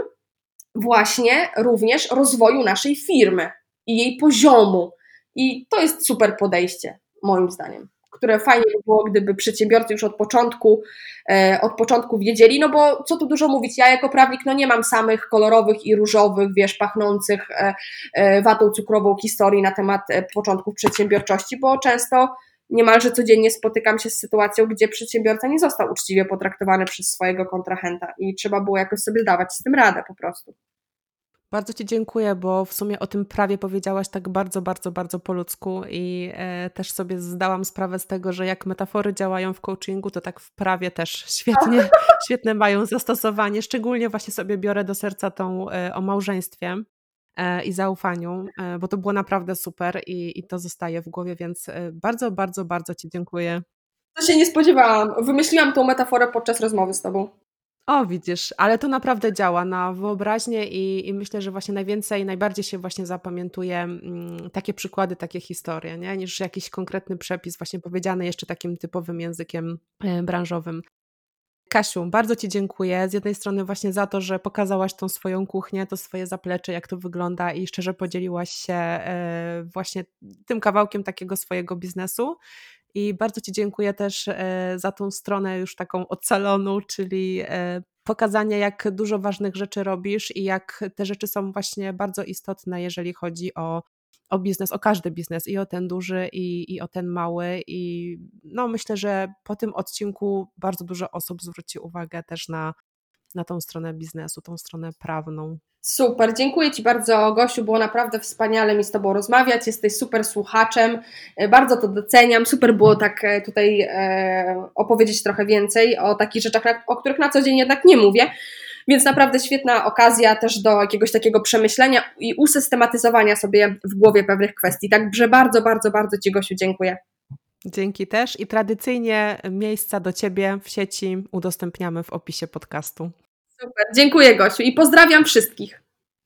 właśnie również rozwoju naszej firmy i jej poziomu. I to jest super podejście, moim zdaniem, które fajnie by było, gdyby przedsiębiorcy już od początku, e, od początku wiedzieli, no bo co tu dużo mówić, ja jako prawnik no nie mam samych kolorowych i różowych, wiesz, pachnących e, e, watą cukrową historii na temat e, początków przedsiębiorczości, bo często niemalże codziennie spotykam się z sytuacją, gdzie przedsiębiorca nie został uczciwie potraktowany przez swojego kontrahenta i trzeba było jakoś sobie dawać z tym radę po prostu. Bardzo Ci dziękuję, bo w sumie o tym prawie powiedziałaś tak bardzo, bardzo, bardzo po ludzku i e, też sobie zdałam sprawę z tego, że jak metafory działają w coachingu, to tak w prawie też świetnie, świetne mają zastosowanie. Szczególnie właśnie sobie biorę do serca tą e, o małżeństwie e, i zaufaniu, e, bo to było naprawdę super i, i to zostaje w głowie, więc e, bardzo, bardzo, bardzo Ci dziękuję. To się nie spodziewałam. Wymyśliłam tą metaforę podczas rozmowy z Tobą. O, widzisz, ale to naprawdę działa na wyobraźnię i, i myślę, że właśnie najwięcej, najbardziej się właśnie zapamiętuje mm, takie przykłady, takie historie, nie? Niż jakiś konkretny przepis właśnie powiedziany jeszcze takim typowym językiem e, branżowym. Kasiu, bardzo Ci dziękuję z jednej strony właśnie za to, że pokazałaś tą swoją kuchnię, to swoje zaplecze, jak to wygląda i szczerze podzieliłaś się e, właśnie tym kawałkiem takiego swojego biznesu. I bardzo Ci dziękuję też za tą stronę już taką od salonu, czyli pokazanie, jak dużo ważnych rzeczy robisz i jak te rzeczy są właśnie bardzo istotne, jeżeli chodzi o, o biznes, o każdy biznes, i o ten duży, i, i o ten mały. I no myślę, że po tym odcinku bardzo dużo osób zwróci uwagę też na, na tą stronę biznesu, tą stronę prawną. Super, dziękuję Ci bardzo, Gosiu, było naprawdę wspaniale mi z Tobą rozmawiać, jesteś super słuchaczem, bardzo to doceniam, super było tak tutaj opowiedzieć trochę więcej o takich rzeczach, o których na co dzień jednak nie mówię, więc naprawdę świetna okazja też do jakiegoś takiego przemyślenia i usystematyzowania sobie w głowie pewnych kwestii, także bardzo, bardzo, bardzo Ci, Gosiu, dziękuję. Dzięki też i tradycyjnie miejsca do Ciebie w sieci udostępniamy w opisie podcastu. Super, dziękuję, Gosiu, i pozdrawiam wszystkich.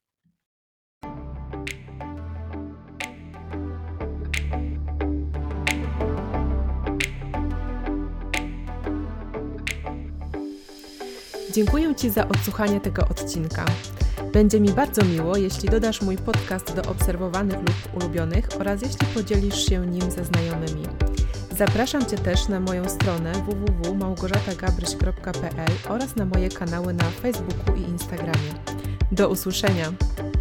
Dziękuję Ci za odsłuchanie tego odcinka. Będzie mi bardzo miło, jeśli dodasz mój podcast do obserwowanych lub ulubionych oraz jeśli podzielisz się nim ze znajomymi. Zapraszam Cię też na moją stronę w w w kropka małgorzata gabryś kropka p l oraz na moje kanały na Facebooku i Instagramie. Do usłyszenia!